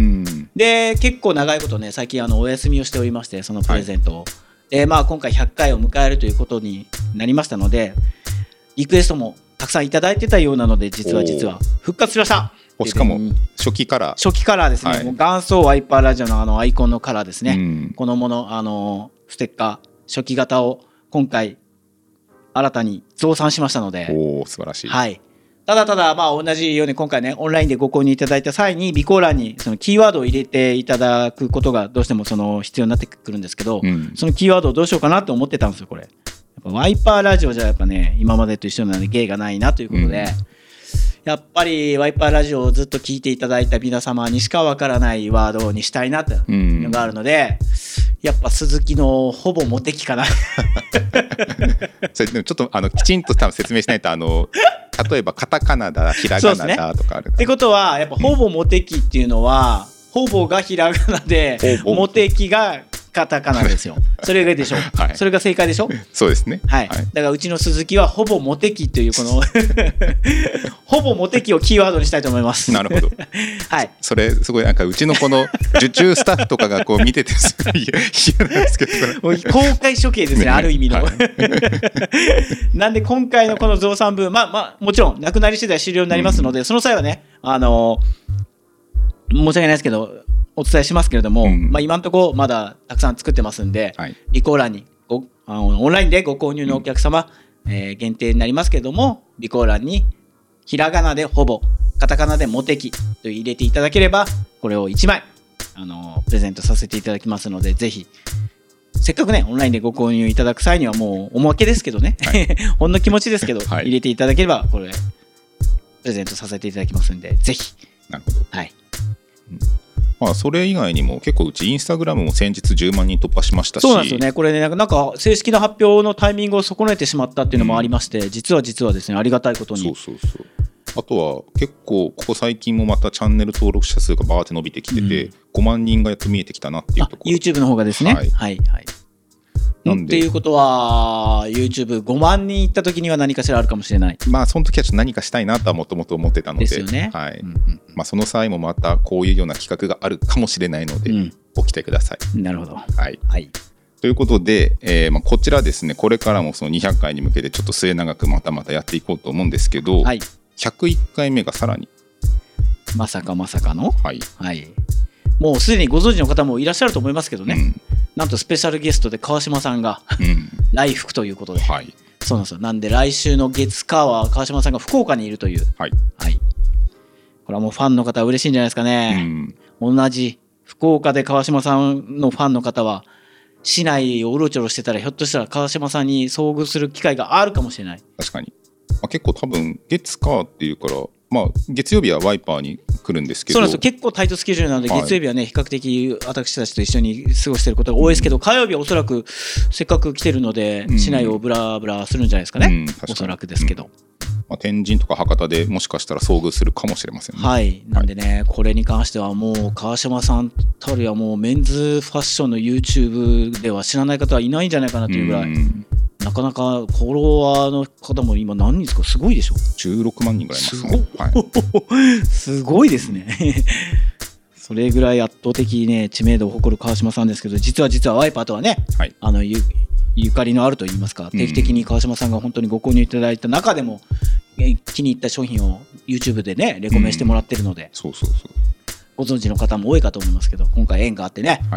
で結構長いことね、最近あのお休みをしておりまして、そのプレゼントを、はい、でまあ、今回ひゃっかいを迎えるということになりましたので、リクエストもたくさんいただいてたようなので、実は実は復活しました。 しかも初期カラー、 初期カラーですね、はい、もう元祖ワイパーラジオのあのアイコンのカラーですね、うん、このもの、あのステッカー初期型を今回新たに増産しましたので、 おー、素晴らしい。 はい、ただただ、まあ、同じように今回ね、オンラインでご購入いただいた際に備考欄にそのキーワードを入れていただくことがどうしてもその必要になってくるんですけど、うん、そのキーワードをどうしようかなと思ってたんですよ。これやっぱワイパーラジオじゃやっぱね、今までと一緒なので芸がないなということで、うん、やっぱりワイパーラジオをずっと聞いていただいた皆様にしかわからないワードにしたいなというのがあるので、うん、やっぱ鈴木のほぼモテ期かなそれでもちょっとあのきちんと多分説明しないと、あの例えばカタカナだ、ひらがなだとかある、ね、 ってことはやっぱほぼモテ期っていうのは、うん、ほぼがひらがなでモテ期がカタカナですよ。それがでしょ、はい、それが正解でしょ。 そうですね、 はい、はい、だからうちの鈴木はほぼモテ期というこのほぼモテ期をキーワードにしたいと思います。 なるほど、はい、それすごいなんかうちのこの受注スタッフとかがこう見ててすごい嫌なんですけどもう公開処刑ですね、ね、ある意味の、はい、なんで今回のこの増産分、まあまあもちろんなくなり次第終了になりますので、うん、その際はね、あのー、申し訳ないですけどお伝えしますけれども、うん、まあ、今のところまだたくさん作ってますんで、はい、備考欄にごあのオンラインでご購入のお客様、うん、えー、限定になりますけれども、備考欄にひらがなでほぼ、カタカナでモテキと入れていただければ、これをいちまい、あのプレゼントさせていただきますので、ぜひせっかくねオンラインでご購入いただく際にはもうおまけですけどね、はい、ほんの気持ちですけど、はい、入れていただければこれプレゼントさせていただきますんで、ぜひ。 なるほど、 はい、 うん、まあ、それ以外にも結構うちインスタグラムも先日じゅうまんにん突破しましたし。 そうなんですよね。これね、なんか正式な発表のタイミングを損ねてしまったっていうのもありまして、うん、実は実はですね、ありがたいことに。 そうそうそう。あとは結構ここ最近もまたチャンネル登録者数がバーって伸びてきてて、うん、ごまんにんがやっと見えてきたなっていうところ。 YouTube の方がですね、はいはいはい。なんでっていうことは YouTubeごまんにんいった時には何かしらあるかもしれない。 まあその時はちょっと何かしたいなとはもともと思ってたので、 ですよね、 はい、うんうん、まあ、その際もまたこういうような企画があるかもしれないので、うん、ご期待ください。 なるほど、 はいはい、 ということで、えーまあ、こちらですね、これからもそのにひゃっかいに向けてちょっと末永くまたまたやっていこうと思うんですけど、はい、ひゃくいっかいめがさらにまさかまさかの、 はいはい、もうすでにご存知の方もいらっしゃると思いますけどね、うん、なんとスペシャルゲストで川島さんが、うん、来福ということで、はい、そうなんですよ。なんで来週の月火は川島さんが福岡にいるという、はいはい、これはもうファンの方は嬉しいんじゃないですかね、うん、同じ福岡で川島さんのファンの方は市内をうろちょろしてたら、ひょっとしたら川島さんに遭遇する機会があるかもしれない。 確かに、まあ、結構多分月火っていうから、まあ、月曜日はワイパーに来るんですけど、 そうなんですよ。結構タイトスケジュールなので、月曜日はね、はい、比較的私たちと一緒に過ごしていることが多いですけど、うん、火曜日はおそらくせっかく来てるので、うん、市内をブラブラするんじゃないですかね、うん、おそらくですけど、うん、 まあ、天神とか博多でもしかしたら遭遇するかもしれませんね。 はい、なんでね、はい、これに関してはもう川島さんたるやもうメンズファッションの YouTube では知らない方はいないんじゃないかなというぐらい、うん、なかなかフォロワーの方も今何人ですか、すごいでしょ。 じゅうろくまんにんぐらいいますね。 すご、はい、すごいですねそれぐらい圧倒的ね知名度を誇る川島さんですけど、実は実はワイパーとはね、はい、あの ゆ, ゆかりのあるといいますか、定期的に川島さんが本当にご購入いただいた中でも、うん、気に入った商品を YouTube でねレコメンしてもらってるので、うん、 そうそうそう、 ご存知の方も多いかと思いますけど、今回縁があってね、はい、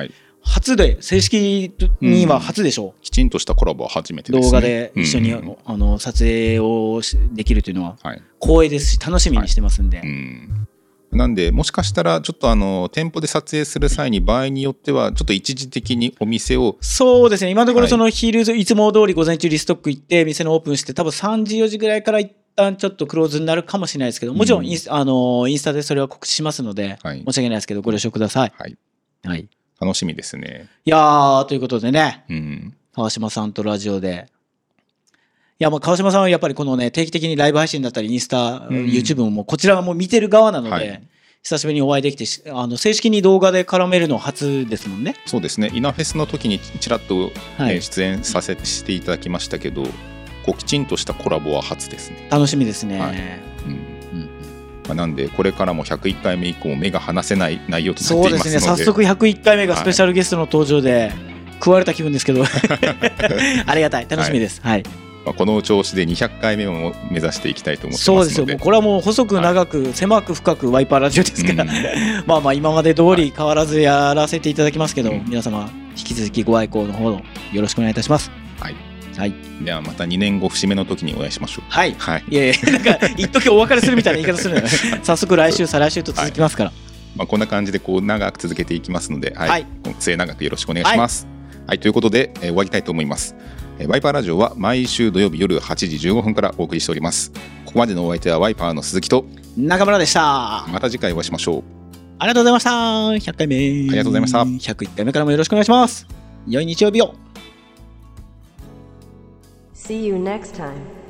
初で正式には初でしょう、うん、 きちんとしたコラボは初めてですね。 動画で一緒に、うん、あの撮影をできるというのは光栄ですし楽しみにしてますんで、はい、うんなんでもしかしたらちょっとあの店舗で撮影する際に場合によってはちょっと一時的にお店をそうですね今のところその昼いつも通り午前中リストック行って店のオープンして多分さんじよじぐらいから一旦ちょっとクローズになるかもしれないですけどもちろんインス、うん、あのインスタでそれは告知しますので、はい、申し訳ないですけどご了承ください。はい、はい、 楽しみですね。 いやーということでね、うん、川島さんとラジオでいやもう川島さんはやっぱりこのね定期的にライブ配信だったりインスタ、うん、YouTube もこちらはもう見てる側なので、はい、久しぶりにお会いできてあの正式に動画で絡めるの初ですもんね。 そうですねイナフェスの時にちらっと、はい、出演させてしていただきましたけどこうきちんとしたコラボは初ですね。 楽しみですね、はいうんうんまあ、なんでこれからもひゃくいっかいめ以降目が離せない内容となっていますのでそうですね早速ひゃくいっかいめがスペシャルゲストの登場で、はい、食われた気分ですけどありがたい楽しみです、はいはいまあ、この調子でにひゃっかいめも目指していきたいと思ってますのでそうですよもうこれはもう細く長く、はい、狭く深くワイパーラジオですから、うん、まあまあ今まで通り変わらずやらせていただきますけど、はい、皆様引き続きご愛顧の方よろしくお願いいたします。 はい、はい、ではまたにねんご節目の時にお会いしましょう。 はい、はい、いやいやなんか一時お別れするみたいな言い方するのよ早速来週再来週と続きますから、はいまあ、こんな感じでこう長く続けていきますので、はいはい、末永くよろしくお願いします。はいはい、ということで、えー、終わりたいと思います。えー、ワイパーラジオは毎週土曜日夜はちじじゅうごふんからお送りしております。ここまでのお相手はワイパーの鈴木と中村でした。 また次回お会いしましょう。 ありがとうございました。ひゃっかいめありがとうございました。 ひゃくいっかいめからもよろしくお願いします。良い日曜日を。 See you next time.